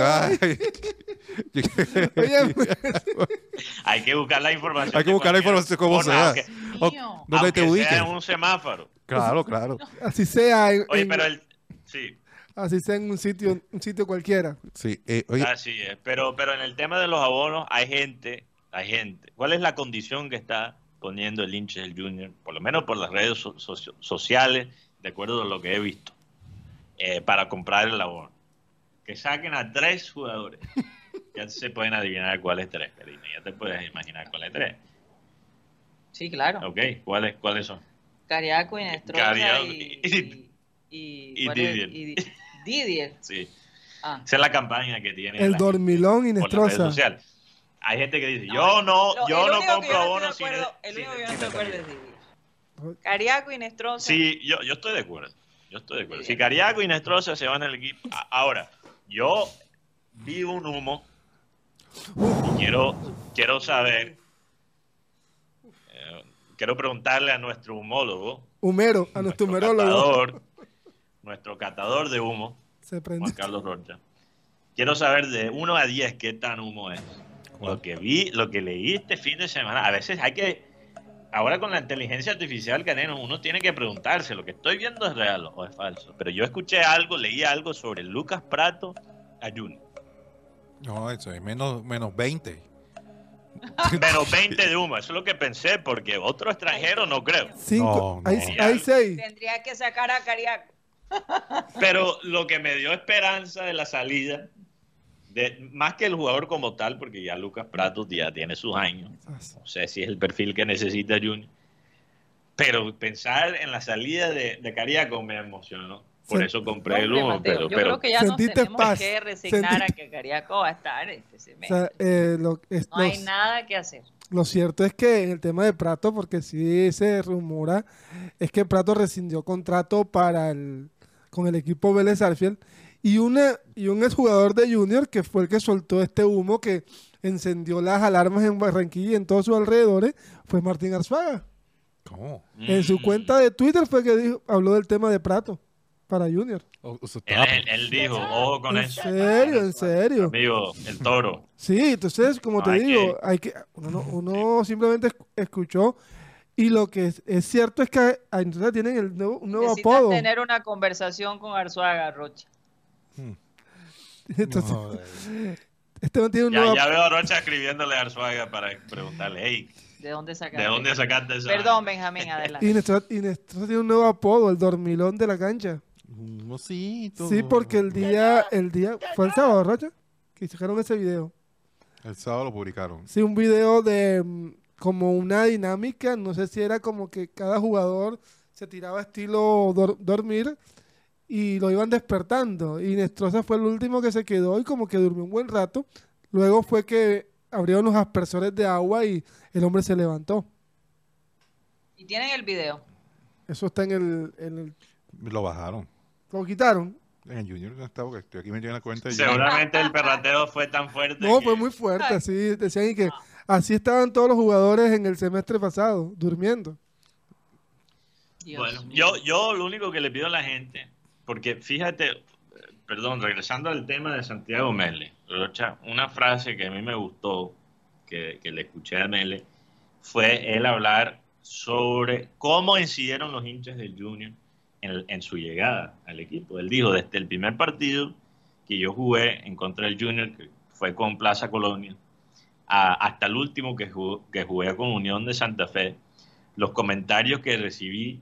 Oye, Hay que buscar la información. Hay que buscar la información como sea. Aunque, Mío. ¿Dónde te aunque ubiques? sea en un semáforo. Claro. así sea Oye, pero sí, así sea en un sitio cualquiera. Sí, oye, así es. Pero en el tema de los abonos hay gente. ¿Cuál es la condición que está poniendo el hincha del Junior? Por lo menos por las redes sociales, de acuerdo a lo que he visto, para comprar el abono. Que saquen a 3 jugadores. Ya se pueden adivinar cuáles 3, Karina. Ya te puedes imaginar cuáles 3. Sí, claro. Ok, ¿cuáles son? Cariaco, Inestrosa Cariaco y ¿cuál es? Didier. Didier. Sí. Ah. Esa es la campaña que tiene El la gente dormilón y por las redes Nestrosa. sociales. Hay gente que dice, No, yo no el único que compro yo no abonos estoy de acuerdo- el único que yo no estoy de acuerdo es Didier. Didier. Cariaco, Inestrosa. Sí, yo estoy de acuerdo. Si Cariaco y Nestrosa se van al equipo. Ahora, yo vi un humo y quiero saber, quiero preguntarle a nuestro humólogo, Humero, a nuestro humerólogo. nuestro catador de humo, Se prendió. Juan Carlos Rocha. Quiero saber de 1 a 10 qué tan humo es. Lo que leí este fin de semana, a veces ahora con la inteligencia artificial, Caneno, uno tiene que preguntarse, ¿lo que estoy viendo es real o es falso? Pero yo leí algo sobre Lucas Prato a Junior. No, eso es menos 20. Menos 20 de humo, eso es lo que pensé, porque otro extranjero no creo. 5, No, no. hay 6. Tendría que sacar a Cariaco. Pero lo que me dio esperanza de la salida, más que el jugador como tal, porque ya Lucas Prato ya tiene sus años, no sé si es el perfil que necesita Junior, pero pensar en la salida de Cariaco me emocionó. Por eso compré el humo. Mateo, yo creo que ya nos Sentiste tenemos paz, que resignar a que Cariaco va a estar este semestre. No hay nada que hacer. Lo cierto es que en el tema de Prato, porque sí se rumora, es que Prato rescindió contrato con el equipo Vélez Sarsfield y un exjugador de Junior que fue el que soltó este humo que encendió las alarmas en Barranquilla y en todos sus alrededores, fue Martín Arzuaga. ¿Cómo? En su cuenta de Twitter fue que habló del tema de Prato para Junior. Él dijo, ojo con ¿En eso. serio? ¿En serio? Amigo, el Toro. Sí, entonces, como No, te hay digo, uno simplemente escuchó y lo que es cierto es que entonces tienen un nuevo Necesitas apodo. tener una conversación con Arzuaga, Rocha. Entonces, No, este no tiene un nuevo Ya veo a Rocha escribiéndole a Arzuaga para preguntarle, hey, ¿De dónde sacaste? ¿de dónde sacaste esa? Perdón, Benjamín, adelante. Y Nestor tiene un nuevo apodo, el dormilón de la cancha. no, sí, todo. Sí, porque el día fue el sábado, Rocha, que sacaron ese video. El sábado lo publicaron. Sí, un video de como una dinámica, no sé si era como que cada jugador se tiraba estilo dormir y lo iban despertando. Y Nestroza fue el último que se quedó y como que durmió un buen rato. Luego fue que abrieron los aspersores de agua y el hombre se levantó. ¿Y tienen el video? Eso está en el... Lo bajaron. ¿Lo quitaron? En el Junior no está, porque estoy aquí metido en la cuenta de Seguramente el perrateo fue tan fuerte. No, que- fue muy fuerte, así decían y que así estaban todos los jugadores en el semestre pasado, durmiendo. Dios Bueno, mío. yo lo único que le pido a la gente, porque fíjate, perdón, regresando al tema de Santiago Mele, Rocha, una frase que a mí me gustó, que le escuché a Mele, fue él hablar sobre cómo incidieron los hinchas del Junior en su llegada al equipo. Él dijo, desde el primer partido que yo jugué en contra del Junior, que fue con Plaza Colonia, hasta el último que jugué con Unión de Santa Fe, los comentarios que recibí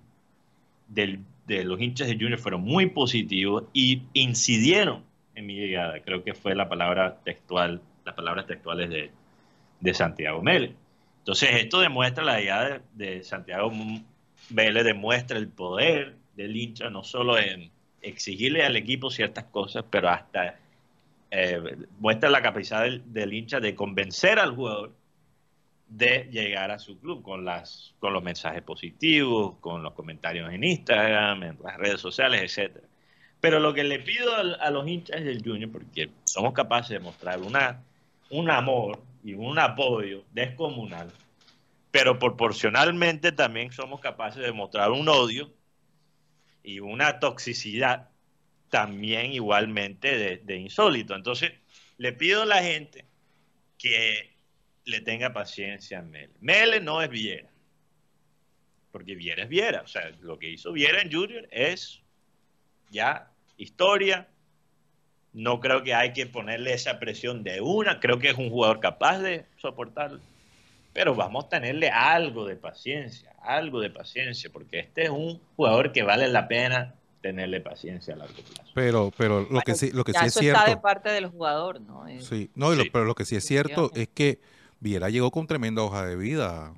de los hinchas de Junior fueron muy positivos y incidieron en mi llegada. Creo que fue la palabra textual, las palabras textuales de Santiago Mele. Entonces, esto demuestra la llegada de Santiago Mele, demuestra el poder del hincha, no solo en exigirle al equipo ciertas cosas, pero hasta muestra la capacidad del hincha de convencer al jugador de llegar a su club con los mensajes positivos, con los comentarios en Instagram, en las redes sociales, etcétera. Pero lo que le pido a los hinchas del Junior, porque somos capaces de mostrar un amor y un apoyo descomunal, pero proporcionalmente también somos capaces de mostrar un odio y una toxicidad también igualmente de insólito. Entonces, le pido a la gente que le tenga paciencia a Mele. Mele no es Viera, porque Viera es Viera. O sea, lo que hizo Viera en Junior es ya historia. No creo que hay que ponerle esa presión de una. Creo que es un jugador capaz de soportarlo. Pero vamos a tenerle algo de paciencia, porque este es un jugador que vale la pena tenerle paciencia a largo plazo. Pero lo que sí es Eso cierto. está de parte del jugador, ¿no? Sí, no, Sí. pero lo que sí es cierto es que Viera llegó con tremenda hoja de vida.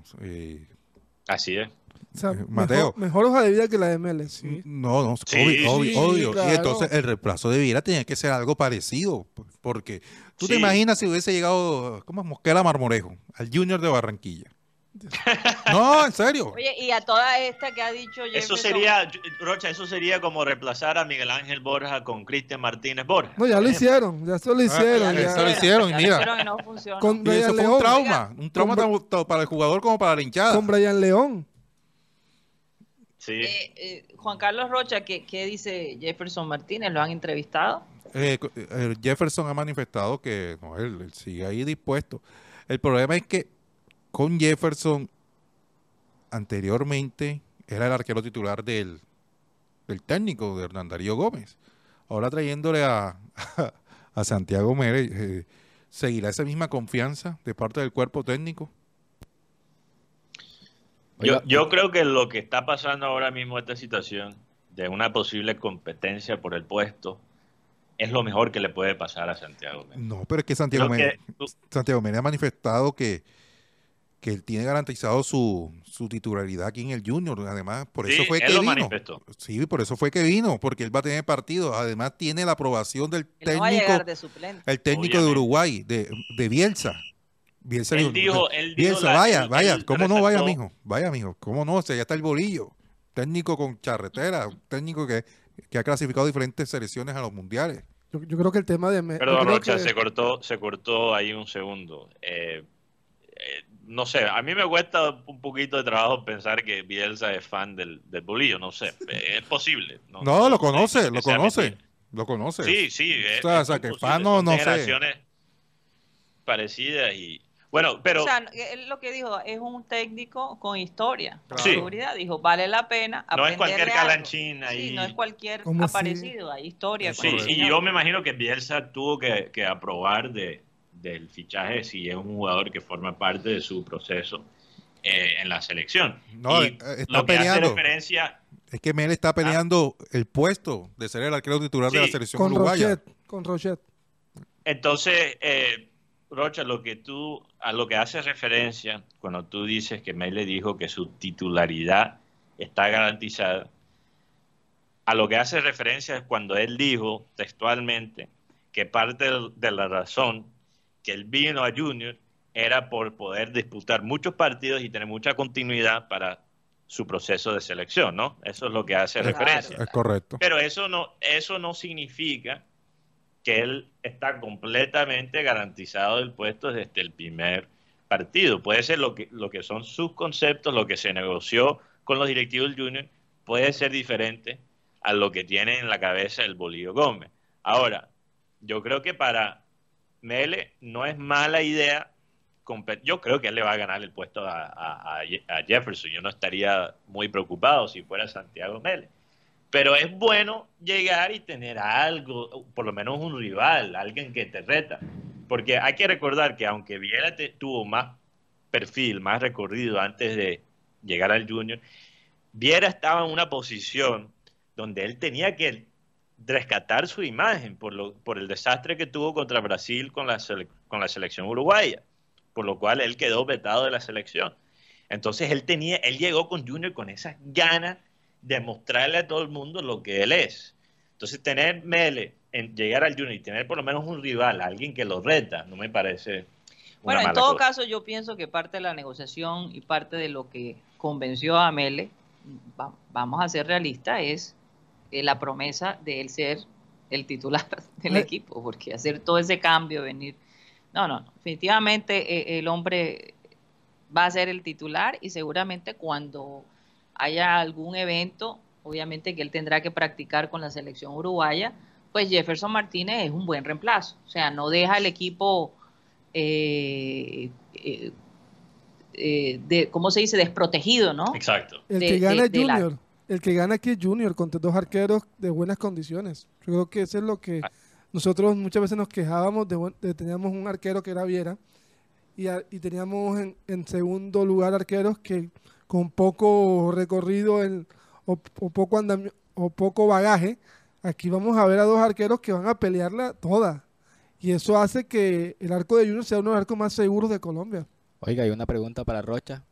Así es. O sea, Mateo. mejor hoja de vida que la de Mele, sí. No, Sí, obvio. claro. Y entonces el reemplazo de Viera tenía que ser algo parecido. Porque tú te Sí. imaginas si hubiese llegado, como Mosquera Marmorejo, al Junior de Barranquilla. No, en serio. Oye, y a toda esta que ha dicho Eso Jefferson, sería, Rocha, eso sería como reemplazar a Miguel Ángel Borja con Cristian Martínez Borja. No, ya por lo ejemplo. hicieron, ya eso lo hicieron. ya ya. Eso lo hicieron, y ya mira. hicieron y no funcionó. Con Y Brian eso fue León. un trauma tanto para el jugador como para la hinchada. Con Brian León. Sí. Juan Carlos Rocha, ¿qué dice Jefferson Martínez? ¿Lo han entrevistado? Jefferson ha manifestado que no, él sigue ahí dispuesto. El problema es que con Jefferson anteriormente era el arquero titular del técnico de Hernán Darío Gómez. Ahora trayéndole a Santiago Mele, ¿seguirá esa misma confianza de parte del cuerpo técnico? Yo creo que lo que está pasando ahora mismo, esta situación de una posible competencia por el puesto, es lo mejor que le puede pasar a Santiago Mena. No, pero es que Santiago Mena ha manifestado que él tiene garantizado su titularidad aquí en el Junior. Además, por eso fue que vino. Manifestó. Sí, por eso fue que vino, porque él va a tener partidos. Además, tiene la aprobación del técnico, no va a llegar de suplente. El técnico de Uruguay, de Bielsa. Bielsa dijo, vaya, ¿cómo no? Vaya, mijo, ¿cómo no? O sea, ya está el bolillo. Técnico con charretera, un técnico que ha clasificado diferentes selecciones a los mundiales. Yo creo que el tema de... Perdón, Rocha, se cortó ahí un segundo. No sé, a mí me cuesta un poquito de trabajo pensar que Bielsa es fan del bolillo, no sé, es posible. No, lo conoce. Sí. O sea, que fan no sé. Generaciones parecidas y... Bueno, pero... O sea, él lo que dijo es un técnico con historia, con sí. seguridad. Dijo, vale la pena no es cualquier calanchín ahí. Sí, no es cualquier aparecido, hay historia. Sí, y yo me imagino que Bielsa tuvo que aprobar del fichaje si es un jugador que forma parte de su proceso en la selección. No, y está lo que peleando. hace referencia... Es que Mel está peleando el puesto de ser el arquero titular de la selección uruguaya. Con Rochet. Entonces, Rocha, a lo que hace referencia cuando tú dices que Mele dijo que su titularidad está garantizada, a lo que hace referencia es cuando él dijo textualmente que parte de la razón que él vino a Junior era por poder disputar muchos partidos y tener mucha continuidad para su proceso de selección, ¿no? Eso es lo que hace referencia. Es correcto. Pero eso no significa que él está completamente garantizado del puesto desde el primer partido. Puede ser lo que son sus conceptos, lo que se negoció con los directivos del Junior, puede ser diferente a lo que tiene en la cabeza el Bolillo Gómez. Ahora, yo creo que para Mele no es mala idea. Yo creo que él le va a ganar el puesto a Jefferson. Yo no estaría muy preocupado si fuera Santiago Mele. Pero es bueno llegar y tener algo, por lo menos un rival, alguien que te reta. Porque hay que recordar que aunque Viera tuvo más perfil, más recorrido antes de llegar al Junior, Viera estaba en una posición donde él tenía que rescatar su imagen por el desastre que tuvo contra Brasil con la selección uruguaya, por lo cual él quedó vetado de la selección. Entonces él llegó con Junior con esas ganas de mostrarle a todo el mundo lo que él es. Entonces tener Mele en llegar al Junior y tener por lo menos un rival, alguien que lo reta, no me parece bueno, en todo caso yo pienso que parte de la negociación y parte de lo que convenció a Mele, vamos a ser realistas, es la promesa de él ser el titular del equipo, porque hacer todo ese cambio, venir... No, definitivamente el hombre va a ser el titular y seguramente cuando haya algún evento, obviamente que él tendrá que practicar con la selección uruguaya, pues Jefferson Martínez es un buen reemplazo. O sea, no deja el equipo, ¿cómo se dice? Desprotegido, ¿no? Exacto. El que gana aquí es Junior, con dos arqueros de buenas condiciones. Yo creo que eso es lo que nosotros muchas veces nos quejábamos de teníamos un arquero que era Viera y teníamos en segundo lugar arqueros que con poco recorrido o poco bagaje. Aquí vamos a ver a dos arqueros que van a pelearla toda. Y eso hace que el arco de Junior sea uno de los arcos más seguros de Colombia. Oiga, hay una pregunta para Rocha.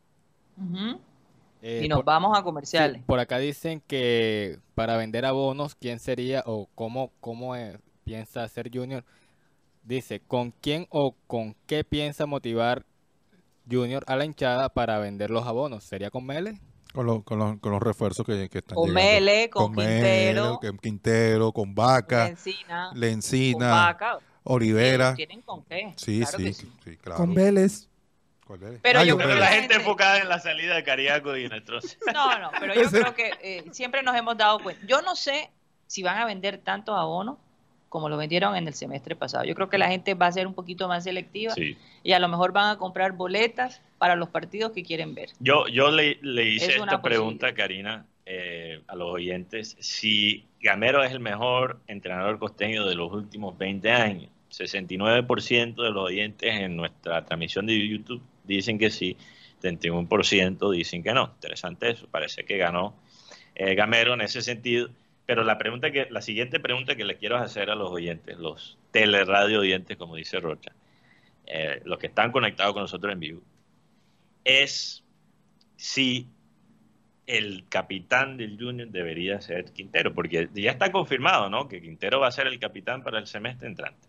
Y nos vamos a comerciales. Sí, por acá dicen que para vender abonos, ¿quién sería o cómo piensa hacer Junior? Dice, ¿con quién o con qué piensa motivar Junior a la hinchada para vender los abonos? ¿Sería con Mele? Con los refuerzos que están con llegando. Mele, con Quintero. Quintero, con Vaca. Lencina. Con Vaca. Olivera. ¿Tienen con qué? Sí, claro sí, claro. Con Vélez. Pero yo creo que la gente enfocada en la salida de Cariaco y Nestroza. No, pero yo creo que siempre nos hemos dado cuenta. Yo no sé si van a vender tantos abonos como lo vendieron en el semestre pasado. Yo creo que la gente va a ser un poquito más selectiva y a lo mejor van a comprar boletas para los partidos que quieren ver. Yo le hice esta pregunta, Karina, a los oyentes, si Gamero es el mejor entrenador costeño de los últimos 20 años. 69% de los oyentes en nuestra transmisión de YouTube dicen que sí, 31% dicen que no. Interesante eso, parece que ganó Gamero en ese sentido. Pero la siguiente pregunta que le quiero hacer a los oyentes, los teleradio oyentes, como dice Rocha, los que están conectados con nosotros en vivo, es si el capitán del Junior debería ser Quintero, porque ya está confirmado, ¿no?, que Quintero va a ser el capitán para el semestre entrante.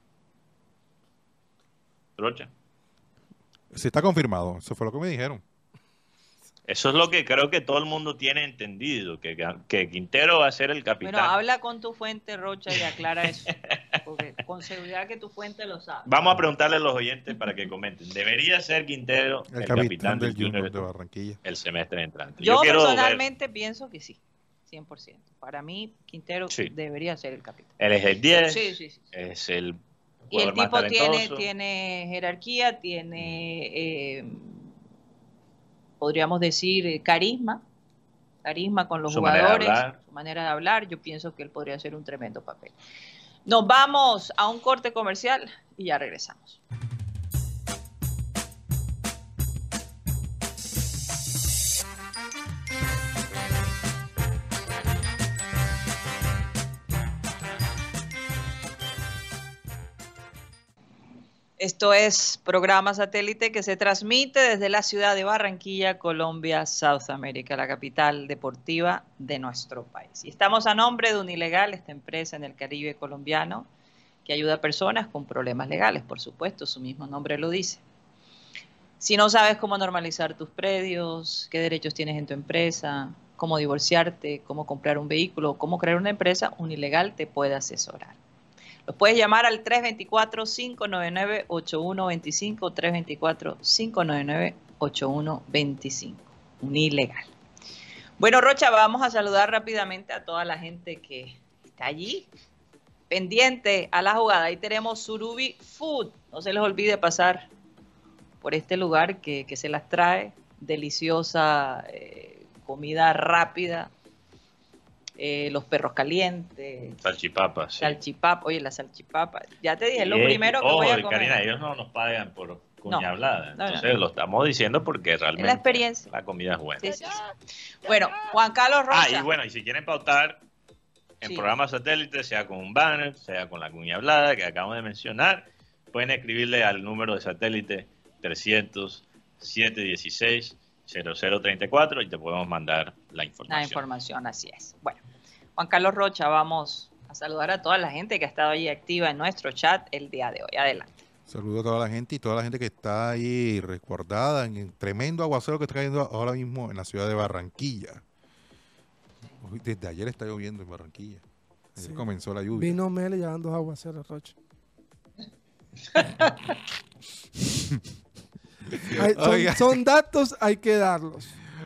Rocha. Sí, está confirmado. Eso fue lo que me dijeron. Eso es lo que creo que todo el mundo tiene entendido, que Quintero va a ser el capitán. Bueno, habla con tu fuente, Rocha, y aclara eso, porque con seguridad que tu fuente lo sabe. Vamos a preguntarle a los oyentes para que comenten. ¿Debería ser Quintero el capitán del Junior de Barranquilla el semestre entrante? Yo personalmente pienso que sí, 100%. Para mí, Quintero Sí. debería ser el capitán. Él es el 10, Sí. es el Y el jugador más tipo talentoso. tiene jerarquía, tiene, podríamos decir, carisma con los Su manera de jugadores, hablar. su manera de hablar. Yo pienso que él podría hacer un tremendo papel. Nos vamos a un corte comercial y ya regresamos. Esto es programa satélite que se transmite desde la ciudad de Barranquilla, Colombia, South America, la capital deportiva de nuestro país. Y estamos a nombre de Unilegal, esta empresa en el Caribe colombiano que ayuda a personas con problemas legales, por supuesto, su mismo nombre lo dice. Si no sabes cómo normalizar tus predios, qué derechos tienes en tu empresa, cómo divorciarte, cómo comprar un vehículo, cómo crear una empresa, Unilegal te puede asesorar. Los puedes llamar al 324-599-8125, 324-599-8125. Unilegal. Bueno, Rocha, vamos a saludar rápidamente a toda la gente que está allí, pendiente a la jugada. Ahí tenemos Surubi Food. No se les olvide pasar por este lugar que se las trae. Deliciosa comida rápida. Los perros calientes. Salchipapas. Sí. Salchipapa. Oye, la salchipapa. Ya te dije, lo primero que voy a comer. Karina, ellos no nos pagan por cuña hablada. No, Entonces lo estamos diciendo porque realmente la experiencia. La comida es buena. Sí. Bueno, Juan Carlos Rocha. Y bueno, y si quieren pautar en programas satélite, sea con un banner, sea con la cuña hablada que acabamos de mencionar, pueden escribirle al número de satélite 300-716-0034 y te podemos mandar la información. La información, así es. Bueno, Juan Carlos Rocha, vamos a saludar a toda la gente que ha estado ahí activa en nuestro chat el día de hoy. Adelante. Saludo a toda la gente y toda la gente que está ahí resguardada en el tremendo aguacero que está cayendo ahora mismo en la ciudad de Barranquilla. Desde ayer está lloviendo en Barranquilla. Ayer comenzó la lluvia. Vino Mel y llevan 2 aguaceros, Rocha. Son datos, hay que darlos.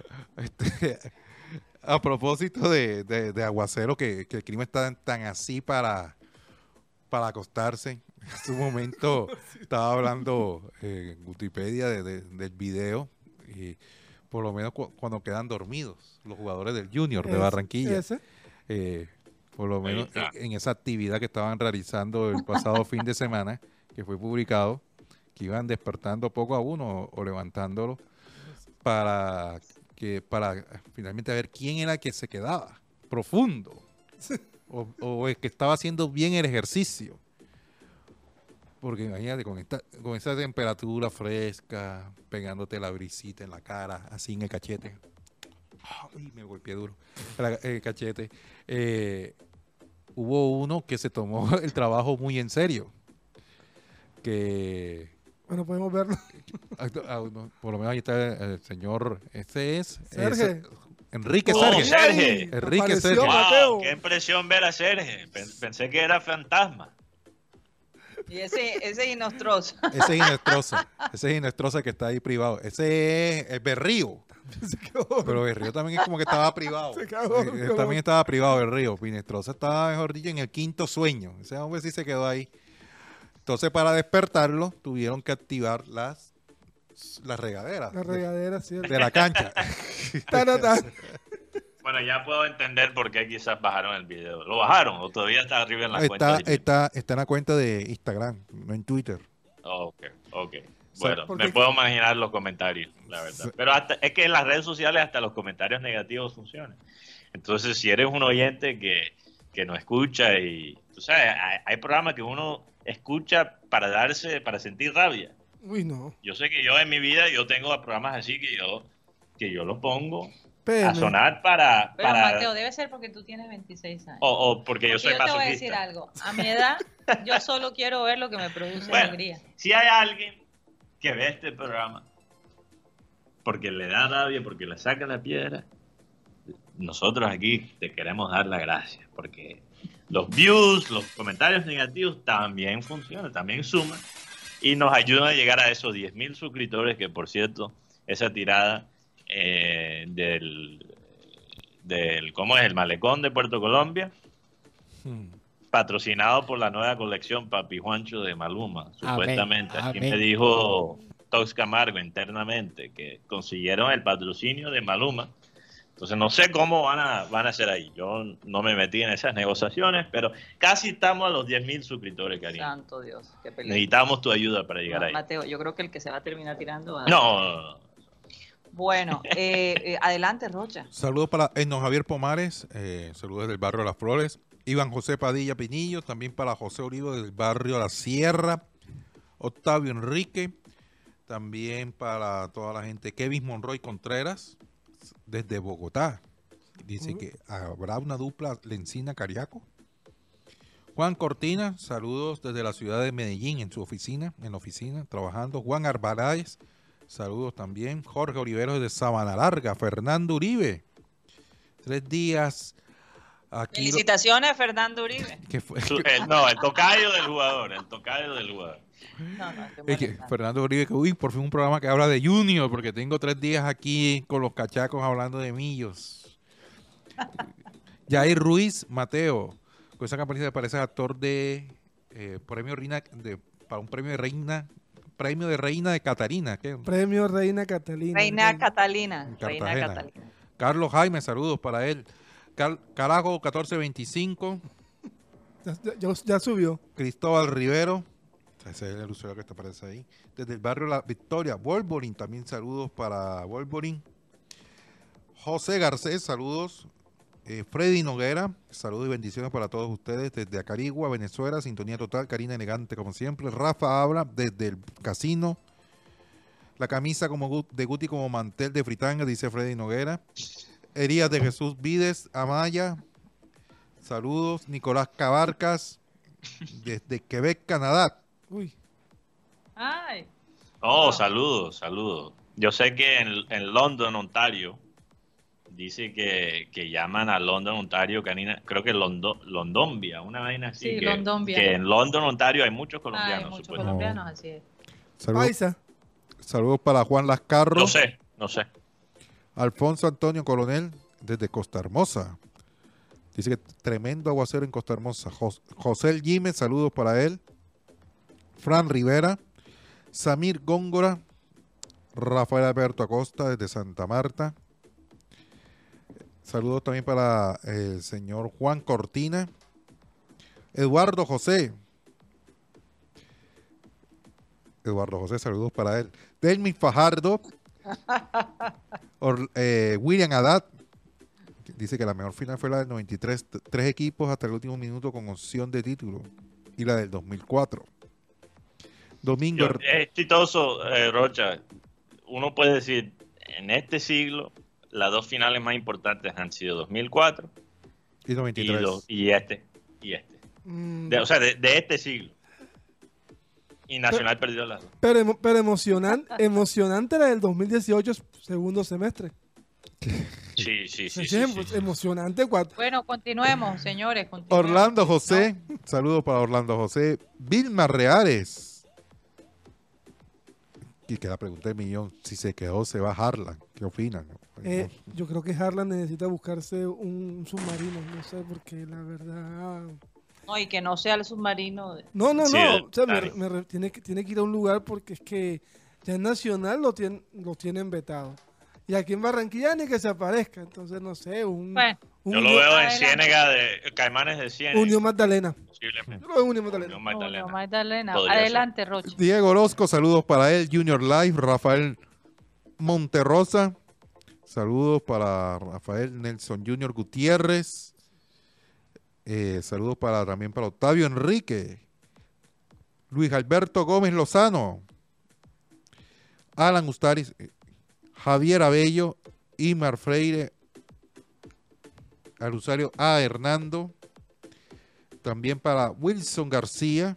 A propósito de aguacero, que el clima está tan así para acostarse. En su momento estaba hablando en Wikipedia del video, y por lo menos cuando quedan dormidos los jugadores del Junior de Barranquilla. Por lo menos en esa actividad que estaban realizando el pasado fin de semana, que fue publicado, que iban despertando poco a uno o levantándolo para finalmente ver quién era el que se quedaba profundo o el que estaba haciendo bien el ejercicio. Porque imagínate, con esa temperatura fresca, pegándote la brisita en la cara, así en el cachete. Ay, me golpeé duro. El cachete. Hubo uno que se tomó el trabajo muy en serio. Bueno, podemos verlo. Por lo menos ahí está el señor. Ese es Enrique Serge. Serge. Enrique Serge. Wow, qué impresión ver a Serge. Pensé que era fantasma. Y ese Inostroza. Ese es Inestrosa que está ahí privado. Ese es el Berrío. Pero Berrío también es como que estaba privado. También estaba privado Berrío. Inestrosa estaba, mejor dicho, en el quinto sueño. Ese hombre sí se quedó ahí. Entonces, para despertarlo, tuvieron que activar las regaderas. Las regaderas, sí. De la cancha. Bueno, ya puedo entender por qué quizás bajaron el video. ¿Lo bajaron o todavía está arriba en la cuenta? Está en la cuenta de Instagram, no en Twitter. Ok. Bueno, porque- me puedo imaginar los comentarios, la verdad. Sí. Pero es que en las redes sociales hasta los comentarios negativos funcionan. Entonces, si eres un oyente que no escucha y... Tú sabes, hay programas que uno escucha para sentir rabia. Uy, no. Yo sé que yo en mi vida yo tengo programas así que yo lo pongo a Espérame. sonar Pero Mateo, debe ser porque tú tienes 26 años. o porque yo soy Yo te voy a decir masoquista. algo. A mi edad, yo solo quiero ver lo que me produce Bueno, alegría. si hay alguien que ve este programa porque le da rabia, porque le saca la piedra, nosotros aquí te queremos dar las gracias, porque los views, los comentarios negativos también funcionan, también suman y nos ayudan a llegar a esos 10.000 suscriptores, que por cierto, esa tirada ¿cómo es? El Malecón de Puerto Colombia, patrocinado por la nueva colección Papi Juancho de Maluma, supuestamente. Aquí Amén. me dijo Tox Camargo internamente que consiguieron el patrocinio de Maluma. Entonces no sé cómo van a hacer ahí. Yo no me metí en esas negociaciones, pero casi estamos a los 10.000 suscriptores, Karina. Santo Dios, qué peligro. Necesitamos tu ayuda para llegar No, ahí. Mateo, yo creo que el que se va a terminar tirando va a... No. Bueno, adelante, Rocha. Saludos para Eno Javier Pomares, saludos del barrio Las Flores. Iván José Padilla Pinillo, también para José Olivo del barrio La Sierra. Octavio Enrique, también para toda la gente. Kevin Monroy Contreras, desde Bogotá. Dice que habrá una dupla Lencina-Cariaco. Juan Cortina, saludos desde la ciudad de Medellín, en la oficina, trabajando. Juan Arbaláez, saludos también. Jorge Oliveros de Sabana Larga. Fernando Uribe, 3 días. Aquí Felicitaciones, Fernando Uribe. que fue, El tocayo del jugador. No, estoy es que molestando. Fernando Uribe, que por fin un programa que habla de Junior, porque tengo 3 días aquí con los cachacos hablando de Millos. Jair Ruiz Mateo, con esa campanita parece actor de premio Reina para un premio de Reina de Catarina. ¿Qué? Premio Reina Catalina. Reina Catalina. En Reina Cartagena. Catalina. Carlos Jaime, saludos para él. Carajo 1425, Ya subió. Cristóbal Rivero, ese es el usuario que te aparece ahí, desde el barrio La Victoria. Wolverine, también saludos para Wolverine. José Garcés, saludos. Freddy Noguera, saludos y bendiciones para todos ustedes desde Acarigua, Venezuela, sintonía total. Karina elegante como siempre. Rafa habla desde el casino. La camisa de Guti como mantel de fritanga, dice Freddy Noguera. Herías de Jesús Vides Amaya, saludos. Nicolás Cabarcas desde Quebec, Canadá. Uy. Ay, Oh, saludos. Yo sé que en London, Ontario, dice que llaman a London, Ontario, Karina, creo que Londombia, una vaina así. Sí, que, Londombia. que en London, Ontario hay muchos hay colombianos, muchos supuestamente. colombianos, así es. Saludos, Paisa. para Juan Lascarro. No sé. Alfonso Antonio Coronel desde Costa Hermosa. Dice que tremendo aguacero en Costa Hermosa. José Jiménez, saludos para él. Fran Rivera. Samir Góngora. Rafael Alberto Acosta desde Santa Marta. Saludos también para el señor Juan Cortina. Eduardo José, saludos para él. Delmin Fajardo. William Haddad. Dice que la mejor final fue la del 93. 3 equipos hasta el último minuto con opción de título. Y la del 2004. Domingo. Es chistoso, Rocha. Uno puede decir, en este siglo, las 2 finales más importantes han sido 2004 y 93. y este. De este siglo. Y Nacional perdió las 2. Pero emocionante la del 2018, segundo semestre. Sí. Emocionante. Bueno, continuemos, señores. Continuemos. Orlando José. Saludos para Orlando José. Vilma Reales. Y que la pregunta del millón, si se quedó, se va a Harlan. ¿Qué opinan? Yo creo que Harlan necesita buscarse un submarino, no sé, porque la verdad... No, y que no sea el submarino. No. Sí, O sea, tiene que ir a un lugar porque es que ya en Nacional lo tienen vetado. Y aquí en Barranquilla ni que se aparezca. Entonces, no sé, Bueno, Yo lo veo en Ciénega, Caimanes de Ciénega. Unión Magdalena. Posiblemente. Yo lo veo en Unión Magdalena. Unión Magdalena. Magdalena. Podría Adelante, Roche. Diego Orozco, saludos para él. Junior Live, Rafael Monterrosa. Saludos para Rafael Nelson Junior Gutiérrez. Saludos también para Octavio Enrique. Luis Alberto Gómez Lozano. Alan Ustaris. Javier Abello. Imar Freire. Alusario A. Hernando. También para Wilson García.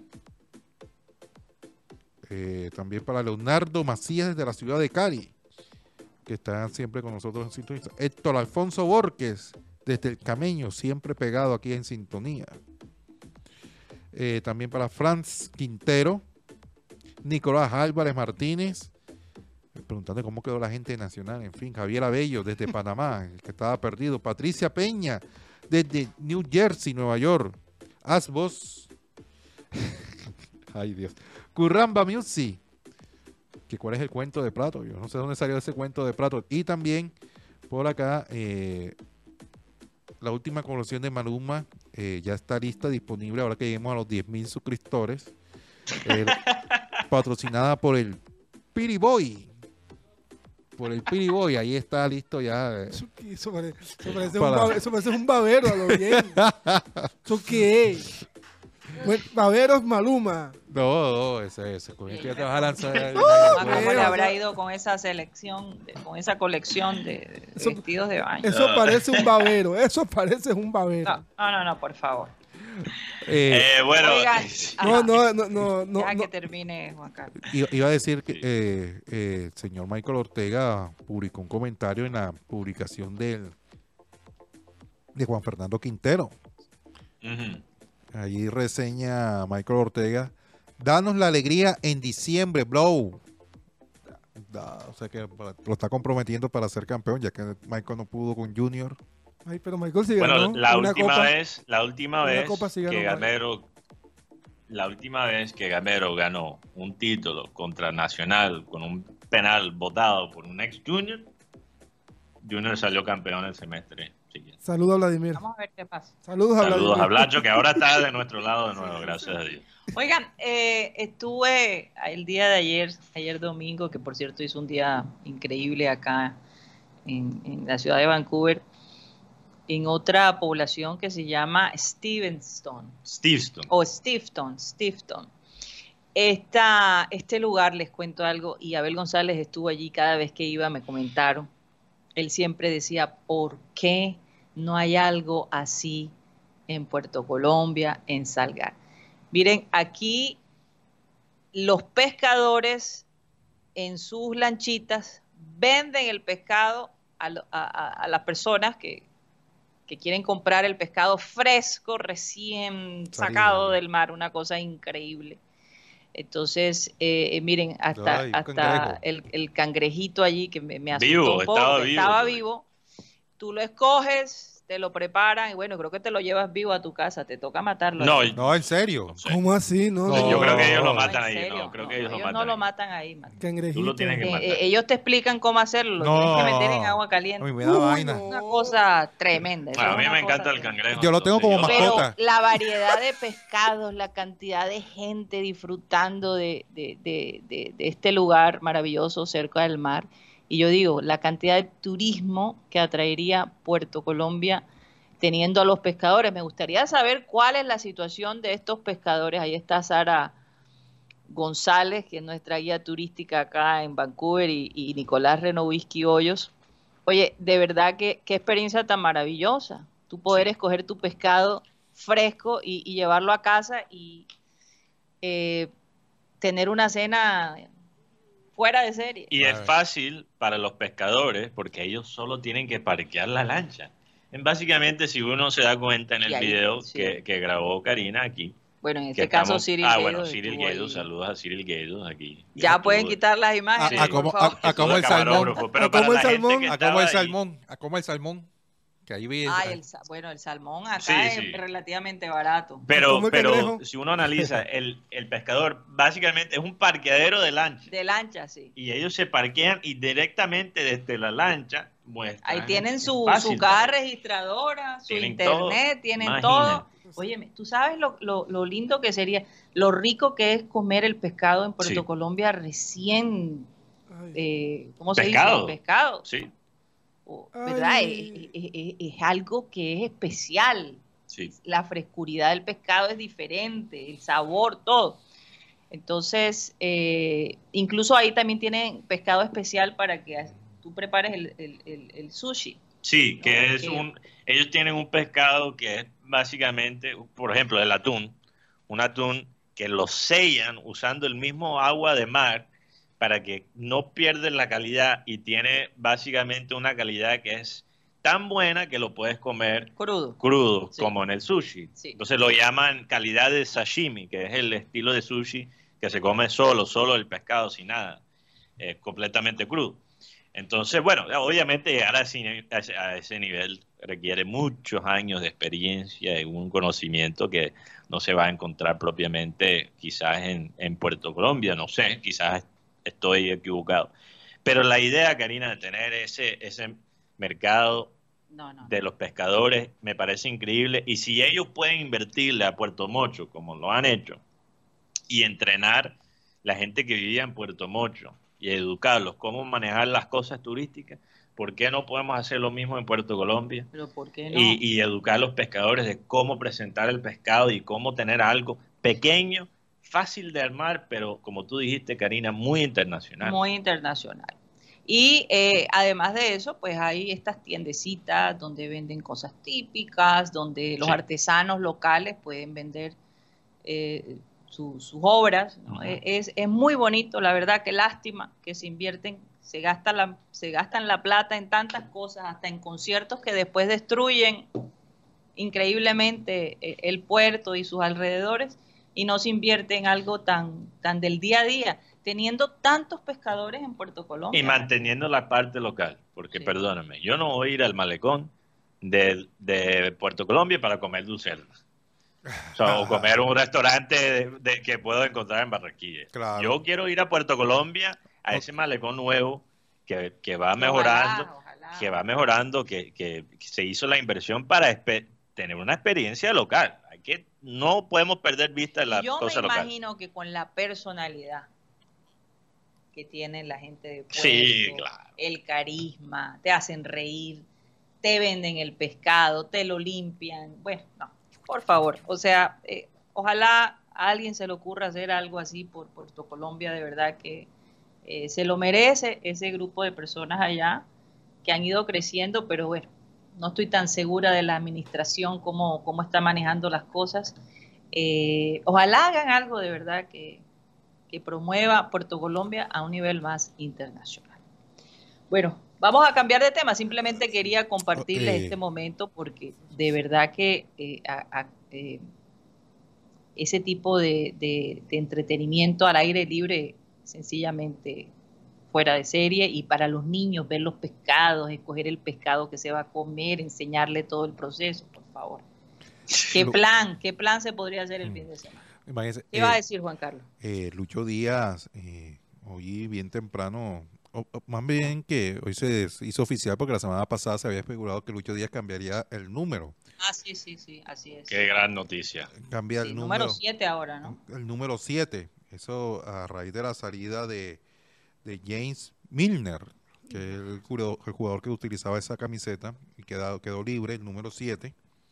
También para Leonardo Macías de la ciudad de Cali, que están siempre con nosotros en sintonía. Héctor Alfonso Borges, desde el Cameño, siempre pegado aquí en sintonía. También para Franz Quintero, Nicolás Álvarez Martínez, preguntando cómo quedó la gente nacional, en fin, Javier Abello, desde Panamá, el que estaba perdido. Patricia Peña, desde New Jersey, Nueva York. Asbos. Ay, Dios. Curramba Music. Que cuál es el cuento de Prato. Yo no sé dónde salió ese cuento de Prato. Y también por acá la última colaboración de Maluma ya está lista, disponible ahora que lleguemos a los 10,000 suscriptores. Patrocinada por el Piri Boy. Por el Piri Boy. Ahí está listo ya. Eso parece un babero a lo bien. ¿Eso qué es? Bueno, baberos Maluma. No, ese. ¿Cómo es que te vas a lanzar? ¿Cómo le habrá ido con esa selección, con esa colección de vestidos de baño? Eso parece un babero. Eso parece un babero. No, por favor. Bueno, Oigan, no. Deja que termine, Juan Carlos. Iba a decir que el señor Michael Ortega publicó un comentario en la publicación de Juan Fernando Quintero. Allí reseña Michael Ortega: danos la alegría en diciembre, bro. O sea que lo está comprometiendo para ser campeón, ya que Michael no pudo con Junior. Ay, pero Michael sí ganó. Bueno, la última vez que Gamero ganó un título contra Nacional con un penal votado por un ex Junior salió campeón el semestre siguiente. Saludos a Vladimir. Vamos a ver qué pasa. Saludos a Blacho, que ahora está de nuestro lado de nuevo, gracias a Dios. Oigan, estuve el día de ayer domingo, que por cierto hizo un día increíble acá en la ciudad de Vancouver, en otra población que se llama Stevenston. Este lugar, les cuento algo, y Abel González estuvo allí cada vez que iba, me comentaron. Él siempre decía, ¿por qué no hay algo así en Puerto Colombia, en Salgar? Miren, aquí los pescadores en sus lanchitas venden el pescado a las personas que quieren comprar el pescado fresco, recién sacado del mar, una cosa increíble. Entonces, miren, hasta el cangrejito allí que me asustó un poco, estaba vivo. Tú lo escoges, te lo preparan y bueno, creo que te lo llevas vivo a tu casa, te toca matarlo. No, en serio. ¿Cómo así? No, yo creo que ellos lo matan ahí. Ellos no lo matan ahí. Cangrejito. Tú lo tienes que matar. Ellos te explican cómo hacerlo, lo tienes que meter en agua caliente. A mí me da vaina. Una cosa tremenda. A mí me encanta el cangrejo. Yo lo tengo como mascota. Pero la variedad de pescados, la cantidad de gente disfrutando de este lugar maravilloso cerca del mar. Y yo digo, la cantidad de turismo que atraería Puerto Colombia teniendo a los pescadores. Me gustaría saber cuál es la situación de estos pescadores. Ahí está Sara González, que es nuestra guía turística acá en Vancouver, y Nicolás Renovisky Hoyos. Oye, de verdad que qué experiencia tan maravillosa. Tú poder escoger tu pescado fresco y llevarlo a casa y tener una cena fuera de serie. Y es fácil para los pescadores porque ellos solo tienen que parquear la lancha. Básicamente, si uno se da cuenta en el video que grabó Karina aquí. Bueno, en este caso Cyril Gaydos. Cyril Gaydos, saludos a Cyril Gaydos aquí. Ya pueden quitar las imágenes. A como el salmón. A como el salmón. Que ahí vi, Bueno, el salmón acá Sí, es sí. relativamente barato. Pero ¿Cómo el cangrejo? si uno analiza, el pescador básicamente es un parqueadero de lancha. De lancha, sí. Y ellos se parquean y directamente desde la lancha muestran. Ahí tienen Es su fácil caja para ellos. registradora, su Tienen internet, todo, tienen imagínate. todo. Óyeme, ¿tú sabes lo lindo que sería, lo rico que es comer el pescado en Puerto Sí. Colombia recién, Ay, ¿cómo se Pescado. dice? Pescado. Sí, ¿Verdad? Ay. Es algo que es especial. sí. La frescuridad del pescado es diferente, el sabor, todo. Entonces, incluso ahí también tienen pescado especial para que tú prepares el sushi. Sí, que No, es que- ellos tienen un pescado que es básicamente, por ejemplo, el atún, un atún que lo sellan usando el mismo agua de mar para que no pierden la calidad y tiene básicamente una calidad que es tan buena que lo puedes comer Crudo. crudo, Sí. como en el sushi. Sí. Entonces lo llaman calidad de sashimi, que es el estilo de sushi que se come solo el pescado sin nada, completamente crudo. Entonces, bueno, obviamente llegar a ese nivel requiere muchos años de experiencia y un conocimiento que no se va a encontrar propiamente quizás en Puerto Colombia, no sé, quizás estoy equivocado. Pero la idea, Karina, de tener ese mercado No. de los pescadores me parece increíble. Y si ellos pueden invertirle a Puerto Mocho, como lo han hecho, y entrenar la gente que vivía en Puerto Mocho y educarlos cómo manejar las cosas turísticas, ¿por qué no podemos hacer lo mismo en Puerto Colombia? Pero ¿por qué no? Y educar a los pescadores de cómo presentar el pescado y cómo tener algo pequeño, fácil de armar, pero como tú dijiste, Karina, muy internacional. Muy internacional. Y además de eso, pues hay estas tiendecitas donde venden cosas típicas, donde los Sí. artesanos locales pueden vender sus obras, ¿no? Ujú. Es muy bonito, la verdad, qué lástima que se invierten, se gastan la plata en tantas cosas, hasta en conciertos que después destruyen increíblemente el puerto y sus alrededores, y no se invierte en algo tan del día a día, teniendo tantos pescadores en Puerto Colombia. Y manteniendo la parte local, porque Sí. perdóname, yo no voy a ir al malecón de Puerto Colombia para comer dulcernas. O sea, o comer un restaurante que puedo encontrar en Barranquilla. Claro. Yo quiero ir a Puerto Colombia, a ese malecón nuevo que va mejorando, Ojalá. que va mejorando, que se hizo la inversión para tener una experiencia local. No podemos perder vista de la Yo me cosa local. imagino que con la personalidad que tiene la gente de Puerto, Sí, claro. el carisma, te hacen reír, te venden el pescado, te lo limpian. Bueno, no, por favor. O sea, ojalá a alguien se le ocurra hacer algo así por Puerto Colombia, de verdad que se lo merece ese grupo de personas allá que han ido creciendo, pero bueno, no estoy tan segura de la administración, cómo está manejando las cosas. Ojalá hagan algo de verdad que promueva Puerto Colombia a un nivel más internacional. Bueno, vamos a cambiar de tema. Simplemente quería compartirles este momento porque de verdad que ese tipo de entretenimiento al aire libre sencillamente fuera de serie, y para los niños ver los pescados, escoger el pescado que se va a comer, enseñarle todo el proceso, por favor. ¿Qué plan se podría hacer el fin de semana? Imagínese, ¿Qué iba a decir, Juan Carlos? Lucho Díaz, hoy bien temprano, más bien que hoy se hizo oficial porque la semana pasada se había especulado que Lucho Díaz cambiaría el número. Ah, sí, así es. Qué gran noticia. Cambia Sí, el número 7 ahora, ¿no? El número 7. Eso a raíz de la salida de James Milner, que es el jugador que utilizaba esa camiseta y quedó libre, el número 7.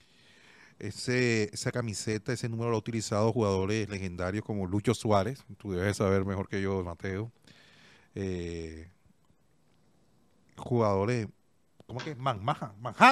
Esa camiseta, ese número lo han utilizado jugadores legendarios como Lucho Suárez, tú debes saber mejor que yo, Mateo. Jugadores, ¿cómo que? Manhattan.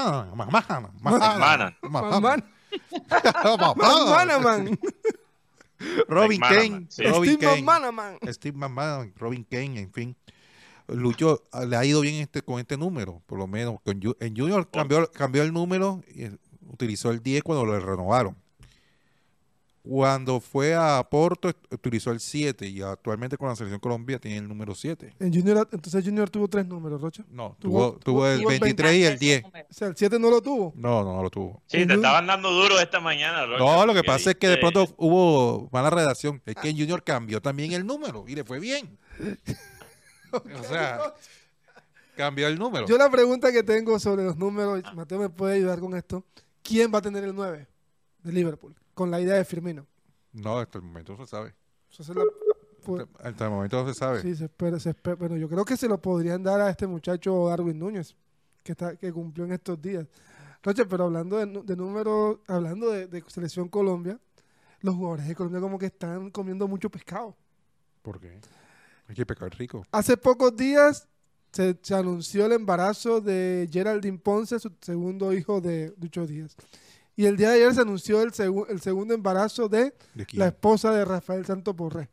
Robin Kane, Steve McManaman, Robin Kane, en fin. Lucho le ha ido bien con este número, por lo menos. En Junior cambió el número y utilizó el 10 cuando lo renovaron. Cuando fue a Porto utilizó el 7 y actualmente con la selección Colombia tiene el número 7. Entonces Junior tuvo 3 números, Rocha. No, tuvo el tuvo el 23 y el 10. O sea, el 7 no lo tuvo. No lo tuvo. Sí, te estaban dando duro esta mañana, Rocha, No, lo que porque pasa es que de dijiste- pronto hubo mala redacción. Es que Junior cambió también el número y le fue bien. O sea, cambió el número. Yo la pregunta que tengo sobre los números, Mateo me puede ayudar con esto. ¿Quién va a tener el 9 de Liverpool? Con la idea de Firmino. No, hasta el momento no se sabe. Eso se la- fue- Hasta el momento no se sabe. sí, se espera. Bueno, yo creo que se lo podrían dar a este muchacho Darwin Núñez, que cumplió en estos días. Roche, pero hablando de números, hablando de Selección Colombia, los jugadores de Colombia como que están comiendo mucho pescado. ¿Por qué? Hay que pecar rico. Hace pocos días se anunció el embarazo de Geraldine Ponce, su segundo hijo de Lucho Díaz. Y el día de ayer se anunció el segundo embarazo de ¿De quién? la esposa de Rafael Santos Borré.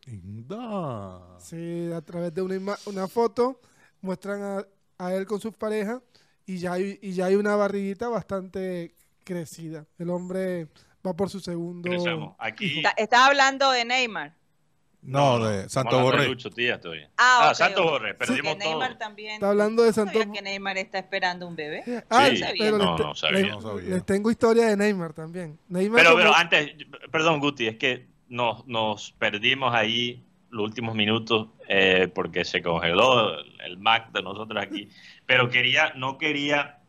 Da. Sí, a través de una foto muestran a él con sus parejas y ya hay una barriguita bastante crecida. El hombre va por su segundo. Regresamos. Aquí Estás hablando de Neymar. No, de estamos Santo hablando de Borré. Lucho Díaz todavía. Ok, Santos ok. Borré, Sí, perdimos que todo. Neymar también. Está hablando de ¿No sabía Santos. que Neymar está esperando un bebé? Ah, Sí, pero no sabía. No sabía. les tengo historia de Neymar también. Neymar Pero como- antes, perdón, Guti, es que nos perdimos ahí los últimos minutos porque se congeló el Mac de nosotros aquí. Pero no quería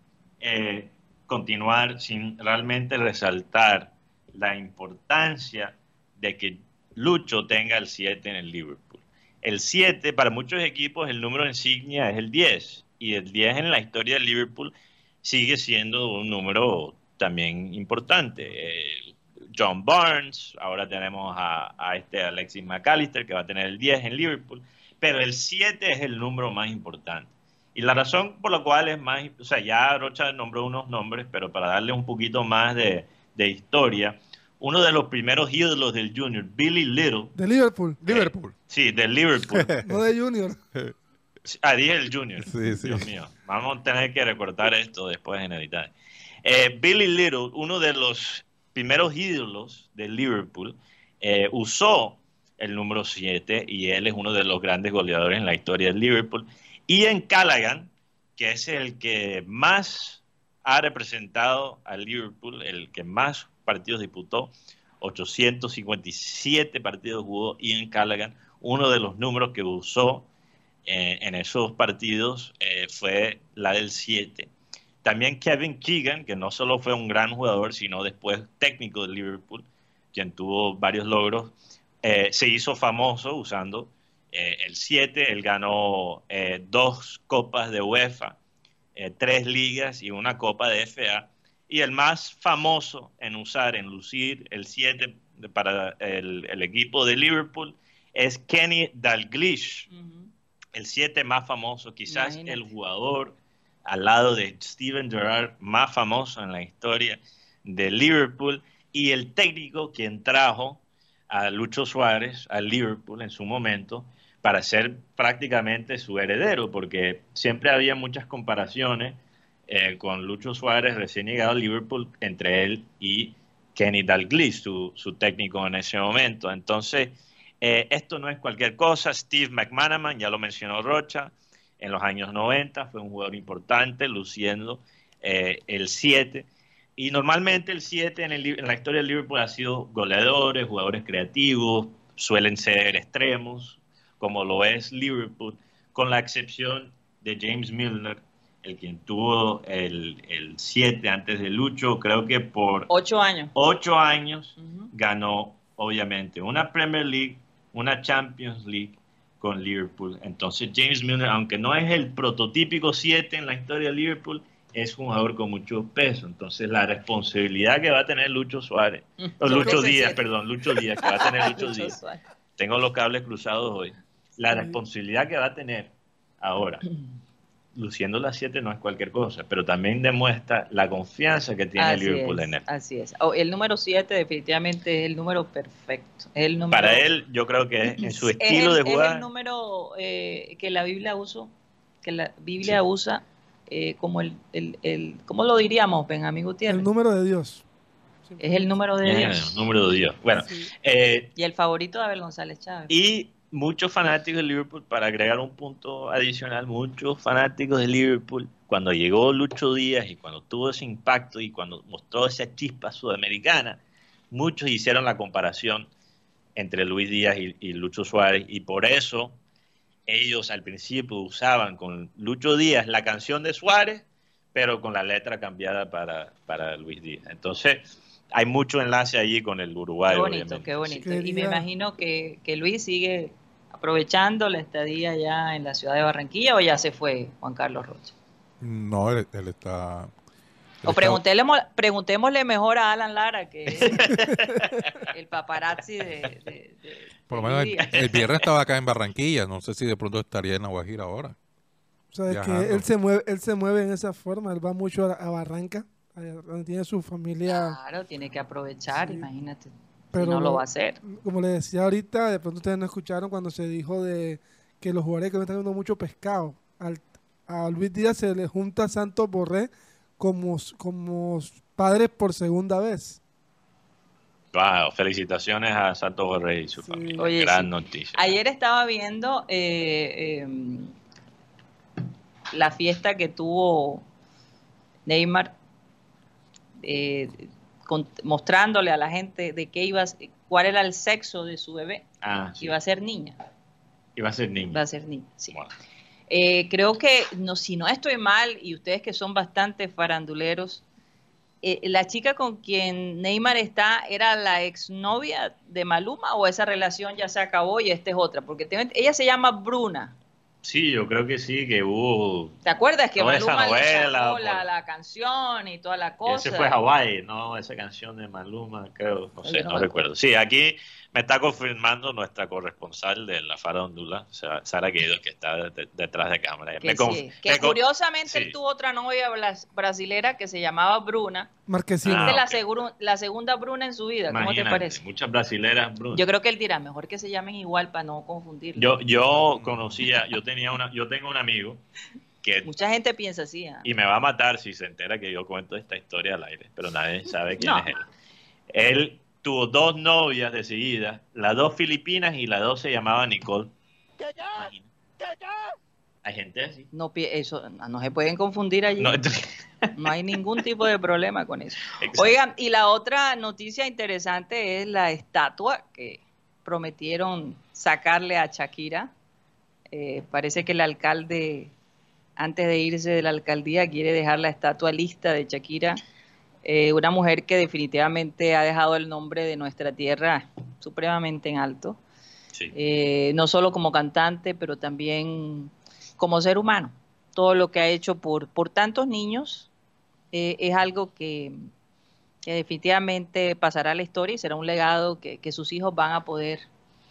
continuar sin realmente resaltar la importancia de que Lucho tenga el 7 en el Liverpool. El 7, para muchos equipos, el número insignia es el 10. Y el 10 en la historia del Liverpool sigue siendo un número también importante. John Barnes, ahora tenemos a este Alexis McAllister que va a tener el 10 en Liverpool, pero el 7 es el número más importante. Y la razón por la cual es más, o sea, ya Rocha nombró unos nombres, pero para darle un poquito más de historia, uno de los primeros ídolos del Junior, Billy Little, de Liverpool, Liverpool. sí, del Liverpool. no de Junior. Dije el Junior. Sí, sí. Dios mío, vamos a tener que recortar esto después en editar. Billy Little, uno de los primeros ídolos del Liverpool, usó el número 7 y él es uno de los grandes goleadores en la historia del Liverpool. Ian Callaghan, que es el que más ha representado al Liverpool, el que más partidos disputó, 857 partidos jugó Ian Callaghan. Uno de los números que usó en esos partidos fue la del 7. También Kevin Keegan, que no solo fue un gran jugador, sino después técnico de Liverpool, quien tuvo varios logros, se hizo famoso usando el 7. Él ganó 2 copas de UEFA, 3 ligas y una copa de FA. Y el más famoso en lucir el 7 para el equipo de Liverpool es Kenny Dalglish, el 7 más famoso, quizás Imagínate. el jugador al lado de Steven Gerrard más famoso en la historia de Liverpool, y el técnico quien trajo a Lucho Suárez al Liverpool en su momento para ser prácticamente su heredero, porque siempre había muchas comparaciones con Lucho Suárez recién llegado al Liverpool entre él y Kenny Dalglish, su técnico en ese momento. Entonces, esto no es cualquier cosa. Steve McManaman, ya lo mencionó Rocha, en los años 90 fue un jugador importante, luciendo el 7. Y normalmente el 7 en la historia del Liverpool ha sido goleadores, jugadores creativos, suelen ser extremos, como lo es Liverpool, con la excepción de James Milner, el quien tuvo el 7 antes de Lucho, creo que por 8 años. 8 años Ujú. ganó, obviamente, una Premier League, una Champions League con Liverpool. Entonces James Milner, aunque no es el prototípico 7 en la historia de Liverpool, es un jugador con mucho peso. Entonces la responsabilidad que va a tener Lucho Suárez, o Lucho Díaz, perdón, Lucho Díaz, que va a tener Lucho Lucho Díaz. Suárez. Tengo los cables cruzados hoy. La responsabilidad que va a tener ahora, luciendo la 7 no es cualquier cosa, pero también demuestra la confianza que tiene Así Liverpool es, en él. así es. El número 7 definitivamente es el número perfecto. Es el número, Para él, yo creo que en su es estilo de es jugar, el número que la Biblia usa como ¿cómo lo diríamos, Benjamín El Gutiérrez? número de Dios. Es el número de Dios. Número de Dios. Bueno, Sí. Y el favorito de Abel González Chávez. y muchos fanáticos de Liverpool, para agregar un punto adicional, muchos fanáticos de Liverpool, cuando llegó Lucho Díaz y cuando tuvo ese impacto y cuando mostró esa chispa sudamericana, muchos hicieron la comparación entre Luis Díaz y Lucho Suárez, y por eso ellos al principio usaban con Lucho Díaz la canción de Suárez, pero con la letra cambiada para Luis Díaz. Entonces, hay mucho enlace allí con el Uruguay. Qué bonito, obviamente. qué bonito. Sí. Y me imagino que Luis sigue aprovechando la estadía ya en la ciudad de Barranquilla, o ya se fue Juan Carlos Rocha. No, él está... O preguntémosle mejor a Alan Lara, que es el paparazzi de Por lo menos Luis Díaz. el viernes estaba acá en Barranquilla. No sé si de pronto estaría en La Guajira ahora. O sea, es que Viajando. él se mueve en esa forma, él va mucho a Barranca, allá donde tiene su familia. Claro, tiene que aprovechar, Sí. imagínate. Pero Si no lo va a hacer. Como le decía ahorita, de pronto ustedes no escucharon cuando se dijo de que los jugadores que no están comiendo mucho pescado. A Luis Díaz se le junta Santos Borré como padres por segunda vez. Wow, felicitaciones a Santos Borré y su Sí. familia. Oye, Gran sí. noticia. Ayer estaba viendo la fiesta que tuvo Neymar, mostrándole a la gente de qué cuál era el sexo de su bebé. Ah, sí. Iba a ser niña. Iba a ser niño. Va a ser niña, sí. Bueno, Creo que, si no estoy mal, y ustedes que son bastante faranduleros, la chica con quien Neymar está, ¿era la exnovia de Maluma o esa relación ya se acabó y esta es otra? Porque ella se llama Bruna. sí, yo creo que sí, que hubo... ¿Te acuerdas que Toda esa Maluma le novela, sacó por- la canción y toda la cosa? Ese fue Hawái, ¿no? Esa canción de Maluma, creo, no Oye, sé, no no me recuerdo. Sí, aquí me está confirmando nuestra corresponsal de la farándula, Sara Guido, que está detrás de cámara. Que, sí, que curiosamente él sí. tuvo otra novia brasilera que se llamaba Bruna. Marquesina. Esta Ah, es ok. la segunda Bruna en su vida. ¿Cómo te Imagínate, parece? muchas brasileras, Bruno. Yo creo que él dirá, mejor que se llamen igual para no confundirlo. Yo tengo un amigo que, Mucha gente piensa así. ¿Ah? y me va a matar si se entera que yo cuento esta historia al aire, pero nadie sabe quién No. es él. Él tuvo 2 novias de seguida, las 2 filipinas y las 2 se llamaban Nicole. Imagínate. Hay gente así. No, eso no se pueden confundir allí. No, No hay ningún tipo de problema con eso. Exacto. Oigan, y la otra noticia interesante es la estatua que prometieron sacarle a Shakira. Parece que el alcalde, antes de irse de la alcaldía, quiere dejar la estatua lista de Shakira. Una mujer que definitivamente ha dejado el nombre de nuestra tierra supremamente en alto. Sí. No solo como cantante, pero también como ser humano. Todo lo que ha hecho por tantos niños es algo que definitivamente pasará a la historia y será un legado que sus hijos van a poder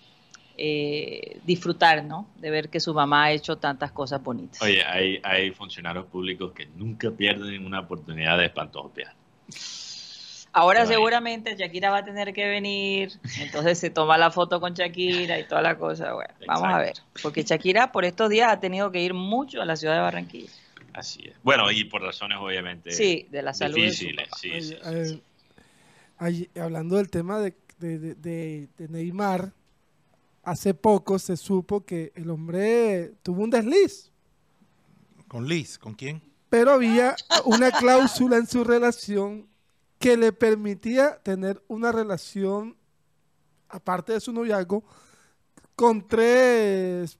disfrutar, ¿no? De ver que su mamá ha hecho tantas cosas bonitas. Oye, hay funcionarios públicos que nunca pierden una oportunidad de espantopiar. Ahora Ay. seguramente Shakira va a tener que venir, entonces se toma la foto con Shakira y toda la cosa. Bueno, vamos a ver, porque Shakira por estos días ha tenido que ir mucho a la ciudad de Barranquilla. Así es. Bueno, y por razones obviamente Sí, de la salud de su difíciles. papá. Sí, sí, Oye, sí. hablando del tema de Neymar, hace poco se supo que el hombre tuvo un desliz, ¿Con Liz? ¿Con quién? pero había una cláusula en su relación que le permitía tener una relación, aparte de su noviazgo, con tres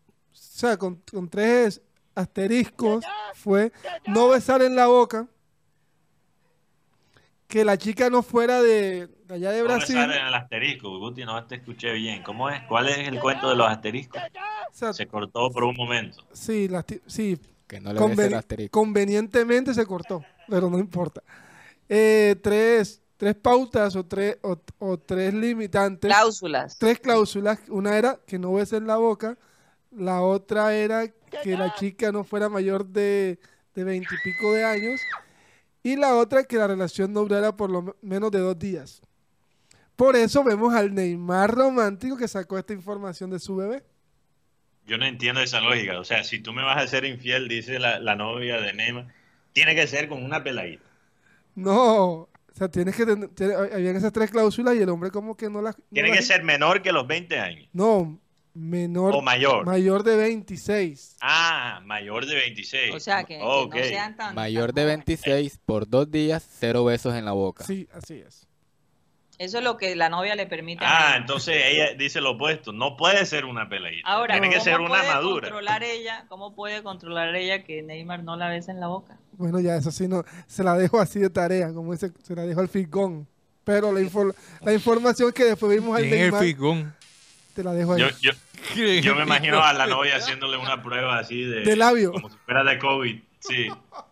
asteriscos. Fue no besar en la boca, que la chica no fuera de allá de ¿Cómo Brasil. sale en el asterisco? Guti, no te escuché bien. ¿Cómo es? ¿Cuál es el cuento de los asteriscos? O sea, Se cortó por un momento. sí, sí, Que no le des el asterisco. convenientemente se cortó, pero no importa. Tres pautas o tres limitantes. Cláusulas. 3 cláusulas. Una era que no besen la boca. La otra era que la chica no fuera mayor de 20 y pico de años. Y la otra que la relación no durara por lo menos de 2 días. Por eso vemos al Neymar romántico que sacó esta información de su bebé. Yo no entiendo esa lógica. O sea, si tú me vas a ser infiel, dice la novia de Neymar, tiene que ser con una peladita. No, sea, habían esas 3 cláusulas y el hombre como que no las... Tiene que ser menor que los 20 años. No, menor. O mayor. Mayor de 26. Ah, mayor de 26. O sea, que Ok. no sean tan... Mayor tan de jóvenes. 26 por 2 días, 0 besos en la boca. Sí, así es. Eso es lo que la novia le permite a Ah, ella. entonces ella dice lo opuesto. No puede ser una peleita. Ahora, Tiene que ¿cómo ser una puede madura. ¿Cómo puede controlar ella que Neymar no la besa en la boca? Bueno, ya eso sí, no, se la dejo así de tarea, como dice, se la dejo al figón. Pero la información que después vimos al ¿Quién es el Neymar, figón? te la dejo ahí. Yo me imagino a la novia haciéndole una prueba así De labio. como si fuera de COVID. Sí.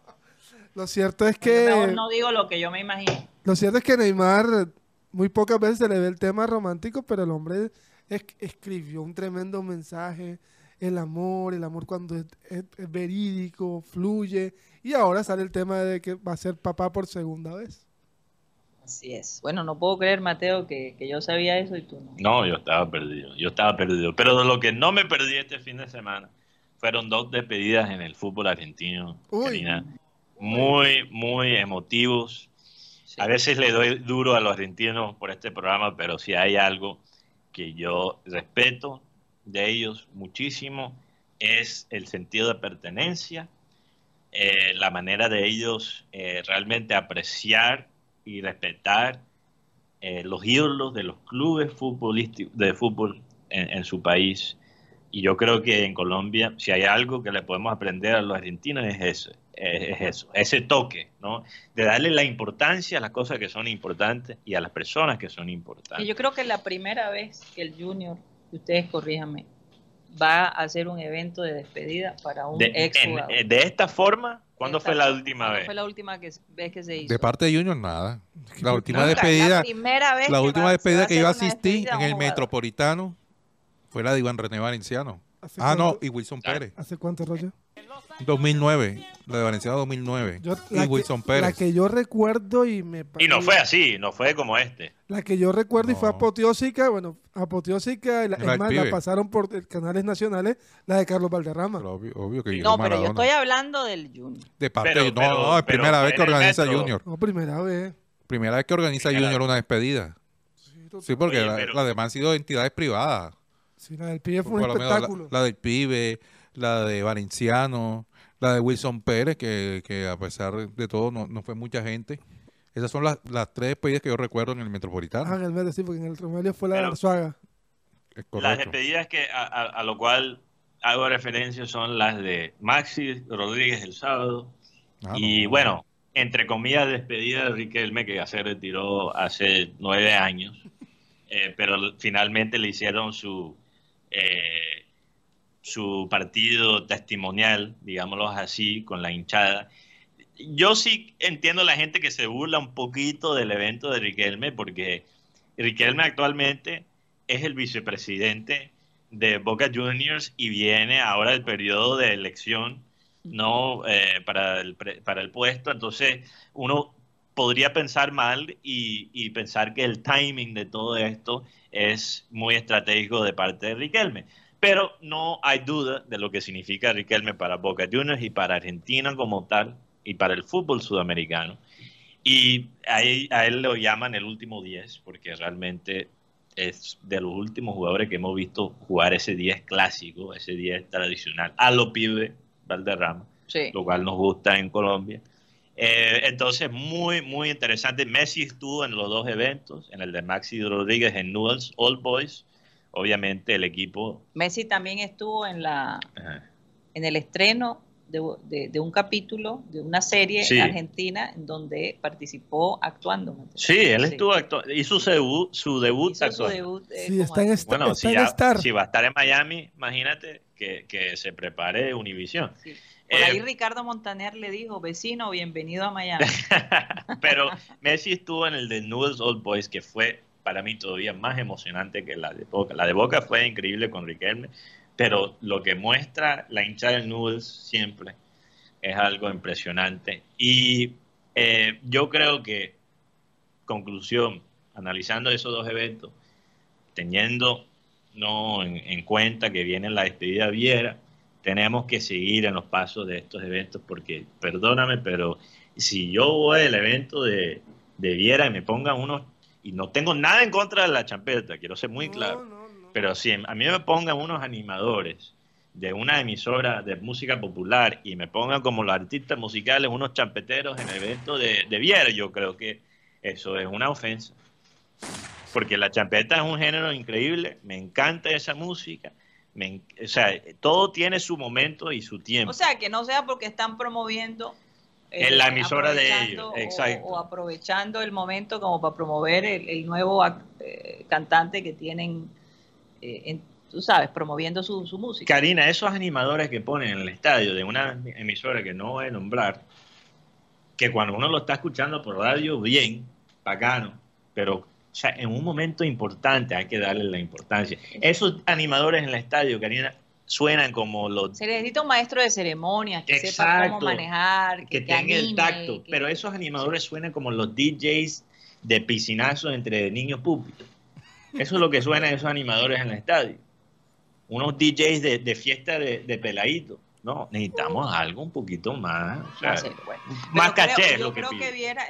Lo cierto es Yo mejor que no digo lo que yo me imagino. Neymar muy pocas veces se le ve el tema romántico, pero el hombre escribió un tremendo mensaje. El amor cuando es verídico, fluye. Y ahora sale el tema de que va a ser papá por segunda vez. Así es. Bueno, no puedo creer, Mateo, que yo sabía eso y tú no. No, yo estaba perdido. Pero de lo que no me perdí este fin de semana fueron 2 despedidas en el fútbol argentino, Uy. Karina. Muy, muy emotivos. Sí. A veces le doy duro a los argentinos por este programa, pero si hay algo que yo respeto de ellos muchísimo es el sentido de pertenencia, la manera de ellos realmente apreciar y respetar los ídolos de los clubes de fútbol en su país. Y yo creo que en Colombia, si hay algo que le podemos aprender a los argentinos es eso, ese toque, ¿no? De darle la importancia a las cosas que son importantes y a las personas que son Y importantes. yo creo que es la primera vez que el Junior, y ustedes corríjanme, va a hacer un evento de despedida para un ex jugador. De esta forma, ¿cuándo fue la última ¿Cuándo vez? fue la última vez que se hizo? De parte de Junior, nada. La última Nunca, despedida, la primera vez la que última se va despedida a que yo hacer una asistí despedida a en un el jugador. Metropolitano fue la de Iván René Valenciano. ¿Hace Ah, no, cuánto? y Wilson Pérez. ¿Hace cuánto, Roger? 2009, la de Valenciano 2009. Y Wilson La Pérez. que yo recuerdo y Y no fue así, no fue como este. La que yo recuerdo y fue No. apoteósica, y La es del más, la pibe. pasaron por canales nacionales, la de Carlos Valderrama. Pero obvio que No, llegó pero yo Maradona. estoy hablando del Junior. De parte Pero- de, no, es pero primera vez que en el organiza metro. Junior. No, primera vez. Primera vez que organiza Primera Junior vez. una despedida. Sí, Sí, porque Oye, las pero- demás han sido entidades privadas. Sí, la del pibe fue un Por lo menos espectáculo. la del pibe, la de Valenciano, la de Wilson Pérez, que a pesar de todo no fue mucha gente. Esas son las 3 despedidas que yo recuerdo en el Metropolitano. Ah, en el medio, sí, porque en el Romelio fue la de Pero- Arzuaga. Es Las correcto. despedidas a lo cual hago referencia son las de Maxi Rodríguez el sábado. Ah, Y no. bueno, entre comillas, despedida de Riquelme, que ya se retiró hace 9 años, pero finalmente le hicieron su partido testimonial, digámoslo así, con la hinchada. Yo sí entiendo a la gente que se burla un poquito del evento de Riquelme, porque Riquelme actualmente es el vicepresidente de Boca Juniors y viene ahora el periodo de elección, no para el puesto. Entonces uno podría pensar mal y pensar que el timing de todo esto es muy estratégico de parte de Riquelme. Pero no hay duda de lo que significa Riquelme para Boca Juniors y para Argentina como tal y para el fútbol sudamericano. Y a él lo llaman el último 10 porque realmente es de los últimos jugadores que hemos visto jugar ese 10 clásico, ese 10 tradicional, a lo pibe Valderrama, Sí. lo cual nos gusta en Colombia. Entonces, muy, muy interesante. Messi estuvo en los 2 eventos, en el de Maxi Rodríguez en Newell's Old Boys. Obviamente el equipo... Messi también estuvo en ajá. el estreno de un capítulo de una serie Sí. argentina en donde participó actuando. Mateo. Sí, él estuvo actuando, hizo su debut Hizo su actuando. debut, Sí, como está en actor. Bueno, está en Star. si va a estar en Miami, imagínate que se prepare Univision. Sí. Por ahí Eh, Ricardo Montaner le dijo, vecino, bienvenido a Miami. Pero Messi estuvo en el de Newell's Old Boys, que fue para mí todavía más emocionante que la de Boca. La de Boca fue increíble con Riquelme, pero lo que muestra la hinchada del Newell's siempre es algo impresionante. Y yo creo que, conclusión, analizando esos 2 eventos, teniendo en cuenta que viene la despedida Viera, tenemos que seguir en los pasos de estos eventos porque, perdóname, pero si yo voy al evento de debiera que me pongan unos, y no tengo nada en contra de la champeta, quiero ser muy claro, No. pero si a mí me pongan unos animadores de una emisora de música popular y me pongan como los artistas musicales unos champeteros en el evento de Viera, yo creo que eso es una ofensa. Porque la champeta es un género increíble, me encanta esa música, o sea, todo tiene su momento y su tiempo. O sea, que no sea porque están promoviendo en la emisora de ellos, exacto. O aprovechando el momento como para promover el nuevo cantante que tienen, tú sabes, promoviendo su música. Karina, esos animadores que ponen en el estadio de una emisora que no voy a nombrar, que cuando uno lo está escuchando por radio, bien, bacano, pero o sea, en un momento importante hay que darle la importancia. Esos animadores en el estadio, Karina, suenan como los... Se necesita un maestro de ceremonias que Exacto, sepa cómo manejar, que tenga el tacto, pero esos animadores suenan como los DJs de piscinazos entre niños públicos. Eso es lo que suenan esos animadores en el estadio. Unos DJs de fiesta de peladito. No, necesitamos algo un poquito más, o sea, más caché es lo que yo pide. creo que Viera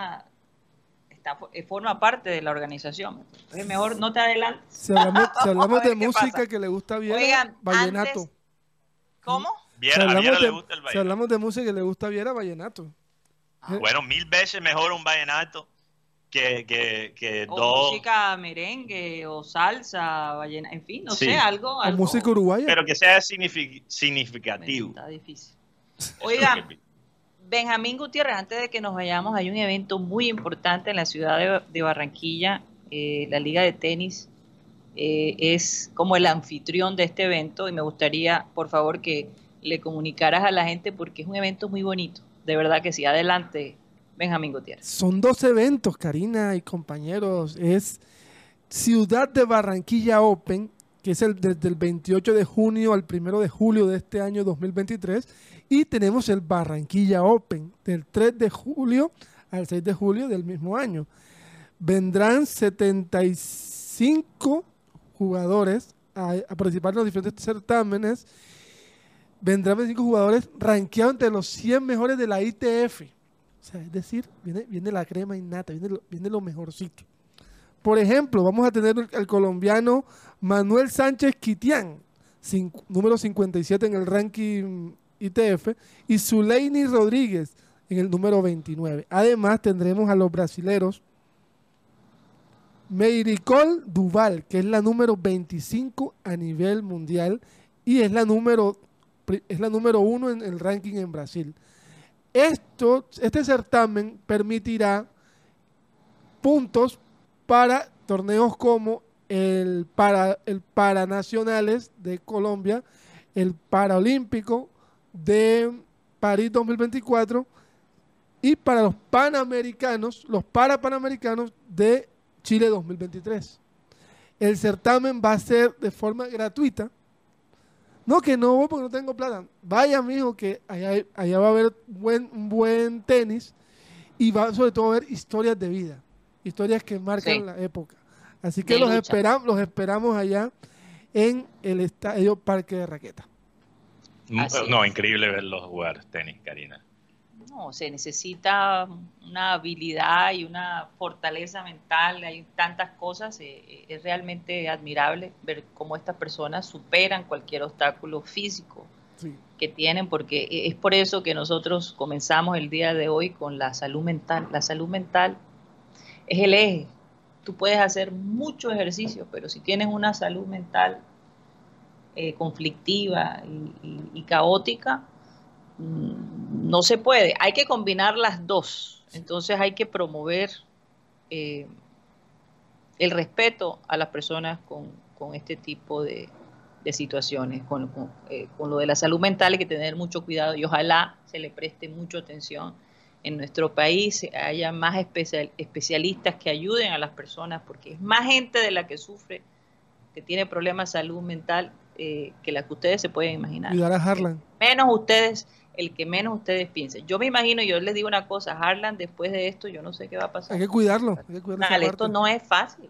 forma parte de la organización. Entonces, mejor no te adelantes. Si hablamos de música pasa. que le gusta a Viera, Oigan, vallenato. antes, ¿cómo? A Viera le gusta el Si vallenato. hablamos de música que le gusta a Viera, vallenato. Bueno, 1000 veces mejor un vallenato que O dos... música merengue, o salsa, ballena, en fin, no Sí. sé, algo. O música uruguaya. Pero que sea significativo. Está difícil. Eso es lo Oigan, que pide. Benjamín Gutiérrez, antes de que nos vayamos, hay un evento muy importante en la ciudad de Barranquilla. La Liga de Tenis es como el anfitrión de este evento y me gustaría, por favor, que le comunicaras a la gente porque es un evento muy bonito. De verdad que sí. Adelante, Benjamín Gutiérrez. Son 2 eventos, Karina y compañeros. Es Ciudad de Barranquilla Open, que es desde el 28 de junio al 1 de julio de este año 2023. Y tenemos el Barranquilla Open, del 3 de julio al 6 de julio del mismo año. Vendrán 75 jugadores a participar en los diferentes certámenes. Vendrán 25 jugadores rankeados entre los 100 mejores de la ITF. O sea, es decir, viene la crema innata, viene lo mejorcito. Por ejemplo, vamos a tener al colombiano Manuel Sánchez Quitián, número 57 en el ranking ITF, y Zuleini Rodríguez en el número 29. Además, tendremos a los brasileros Meiricol Duval, que es la número 25 a nivel mundial y es la número 1 en el ranking en Brasil. Este certamen permitirá puntos para torneos como el Paranacionales de Colombia, el Paraolímpico de París 2024 y para los Panamericanos, los Parapanamericanos de Chile 2023. El certamen va a ser de forma gratuita. No, que no voy porque no tengo plata. Vaya, mijo, que allá va a haber un buen tenis y va sobre todo a haber historias de vida, historias que marcan la época. Así que los esperamos allá en el Estadio Parque de Raqueta. No, increíble verlos jugar tenis, Karina. No, se necesita una habilidad y una fortaleza mental, hay tantas cosas, es realmente admirable ver cómo estas personas superan cualquier obstáculo físico que tienen, porque es por eso que nosotros comenzamos el día de hoy con la salud mental. La salud mental es el eje. Tú puedes hacer mucho ejercicio, pero si tienes una salud mental conflictiva y caótica, no se puede. Hay que combinar las dos. Entonces hay que promover el respeto a las personas con este tipo de situaciones. Con lo de la salud mental hay que tener mucho cuidado y ojalá se le preste mucha atención. En nuestro país haya más especialistas que ayuden a las personas, porque es más gente de la que sufre, que tiene problemas de salud mental, que la que ustedes se pueden imaginar. Cuidar a Harlan. El que menos ustedes piensen. Yo me imagino, yo les digo una cosa, Harlan después de esto, yo no sé qué va a pasar. Hay que cuidarlo. Esto no es fácil.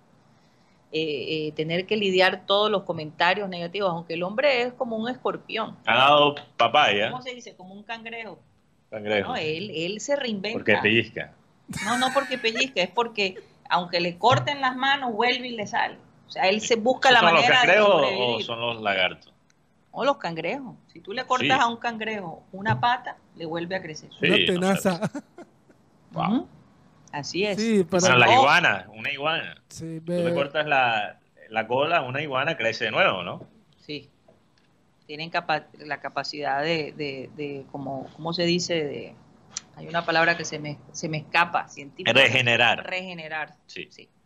Tener que lidiar todos los comentarios negativos, aunque el hombre es como un escorpión. Ha dado papaya. ¿Cómo se dice? Como un cangrejo. Cangrejo. No, él se reinventa. Porque pellizca. No porque pellizca, es porque aunque le corten las manos, vuelve y le sale. O sea, él se busca la manera de ¿Son los cangrejos sobrevivir. o son los lagartos? O los cangrejos. Si tú le cortas a un cangrejo una pata, le vuelve a crecer. Una tenaza. Wow. Así es. Sí, pero Bueno, las iguanas, una iguana. Sí, Tú le cortas la cola a una iguana, crece de nuevo, ¿no? Sí. Tienen la capacidad de ¿cómo se dice? Hay una palabra que se me escapa, científica. Regenerar. Sí.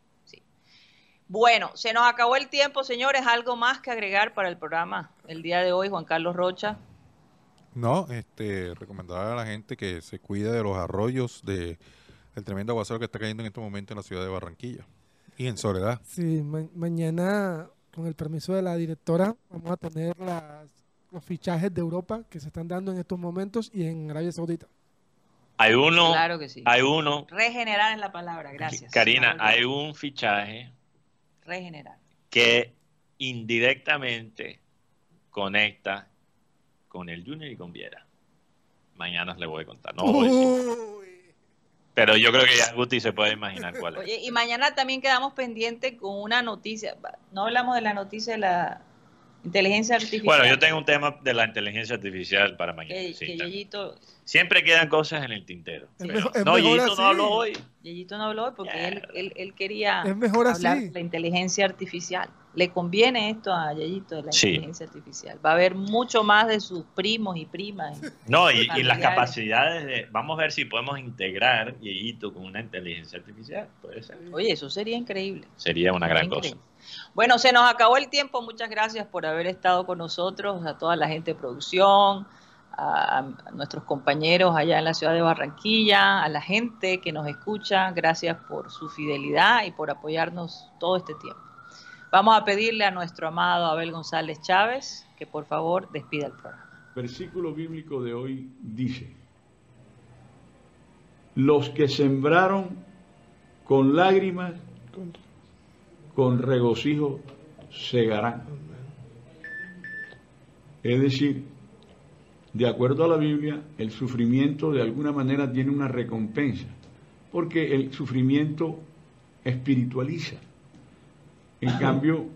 Bueno, se nos acabó el tiempo, señores. ¿Algo más que agregar para el programa el día de hoy, Juan Carlos Rocha? No, recomendar a la gente que se cuide de los arroyos, del tremendo aguacero que está cayendo en este momento en la ciudad de Barranquilla y en Soledad. Sí, mañana, con el permiso de la directora, vamos a tener los fichajes de Europa que se están dando en estos momentos y en Arabia Saudita. Hay uno. Claro que sí. Hay uno. Regenerar es la palabra, gracias. Karina, hay un fichaje Regenerar. que indirectamente conecta con el Junior y con Viera. Mañana les voy a contar. No voy a decir. Pero yo creo que ya Guti se puede imaginar cuál es. Oye, y mañana también quedamos pendientes con una noticia. No hablamos de la noticia de la inteligencia artificial. Bueno, yo tengo un tema de la inteligencia artificial para mañana. Que Yeyito... Siempre quedan cosas en el tintero. No, Yeyito no habló hoy. Yeyito no habló hoy porque él quería mejor hablar así. de la inteligencia artificial. Le conviene esto a Yeyito de la inteligencia artificial. Va a haber mucho más de sus primos y primas. No, y las capacidades vamos a ver si podemos integrar Yeyito con una inteligencia artificial. Puede ser. Oye, eso sería increíble. Sería una gran cosa. Bueno, se nos acabó el tiempo. Muchas gracias por haber estado con nosotros, a toda la gente de producción, a nuestros compañeros allá en la ciudad de Barranquilla, a la gente que nos escucha. Gracias por su fidelidad y por apoyarnos todo este tiempo. Vamos a pedirle a nuestro amado Abel González Chávez que por favor despida el programa. Versículo bíblico de hoy dice: los que sembraron con lágrimas, con regocijo segarán. Es decir, de acuerdo a la Biblia, el sufrimiento de alguna manera tiene una recompensa, porque el sufrimiento espiritualiza. En cambio,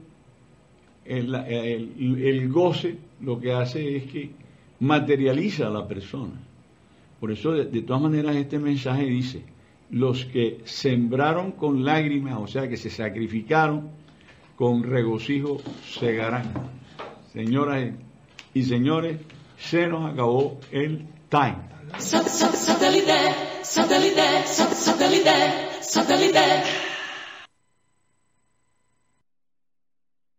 el goce lo que hace es que materializa a la persona. Por eso, de todas maneras, este mensaje dice: los que sembraron con lágrimas, o sea, que se sacrificaron, con regocijo segarán. Señoras y señores, se nos acabó el time. Satellite.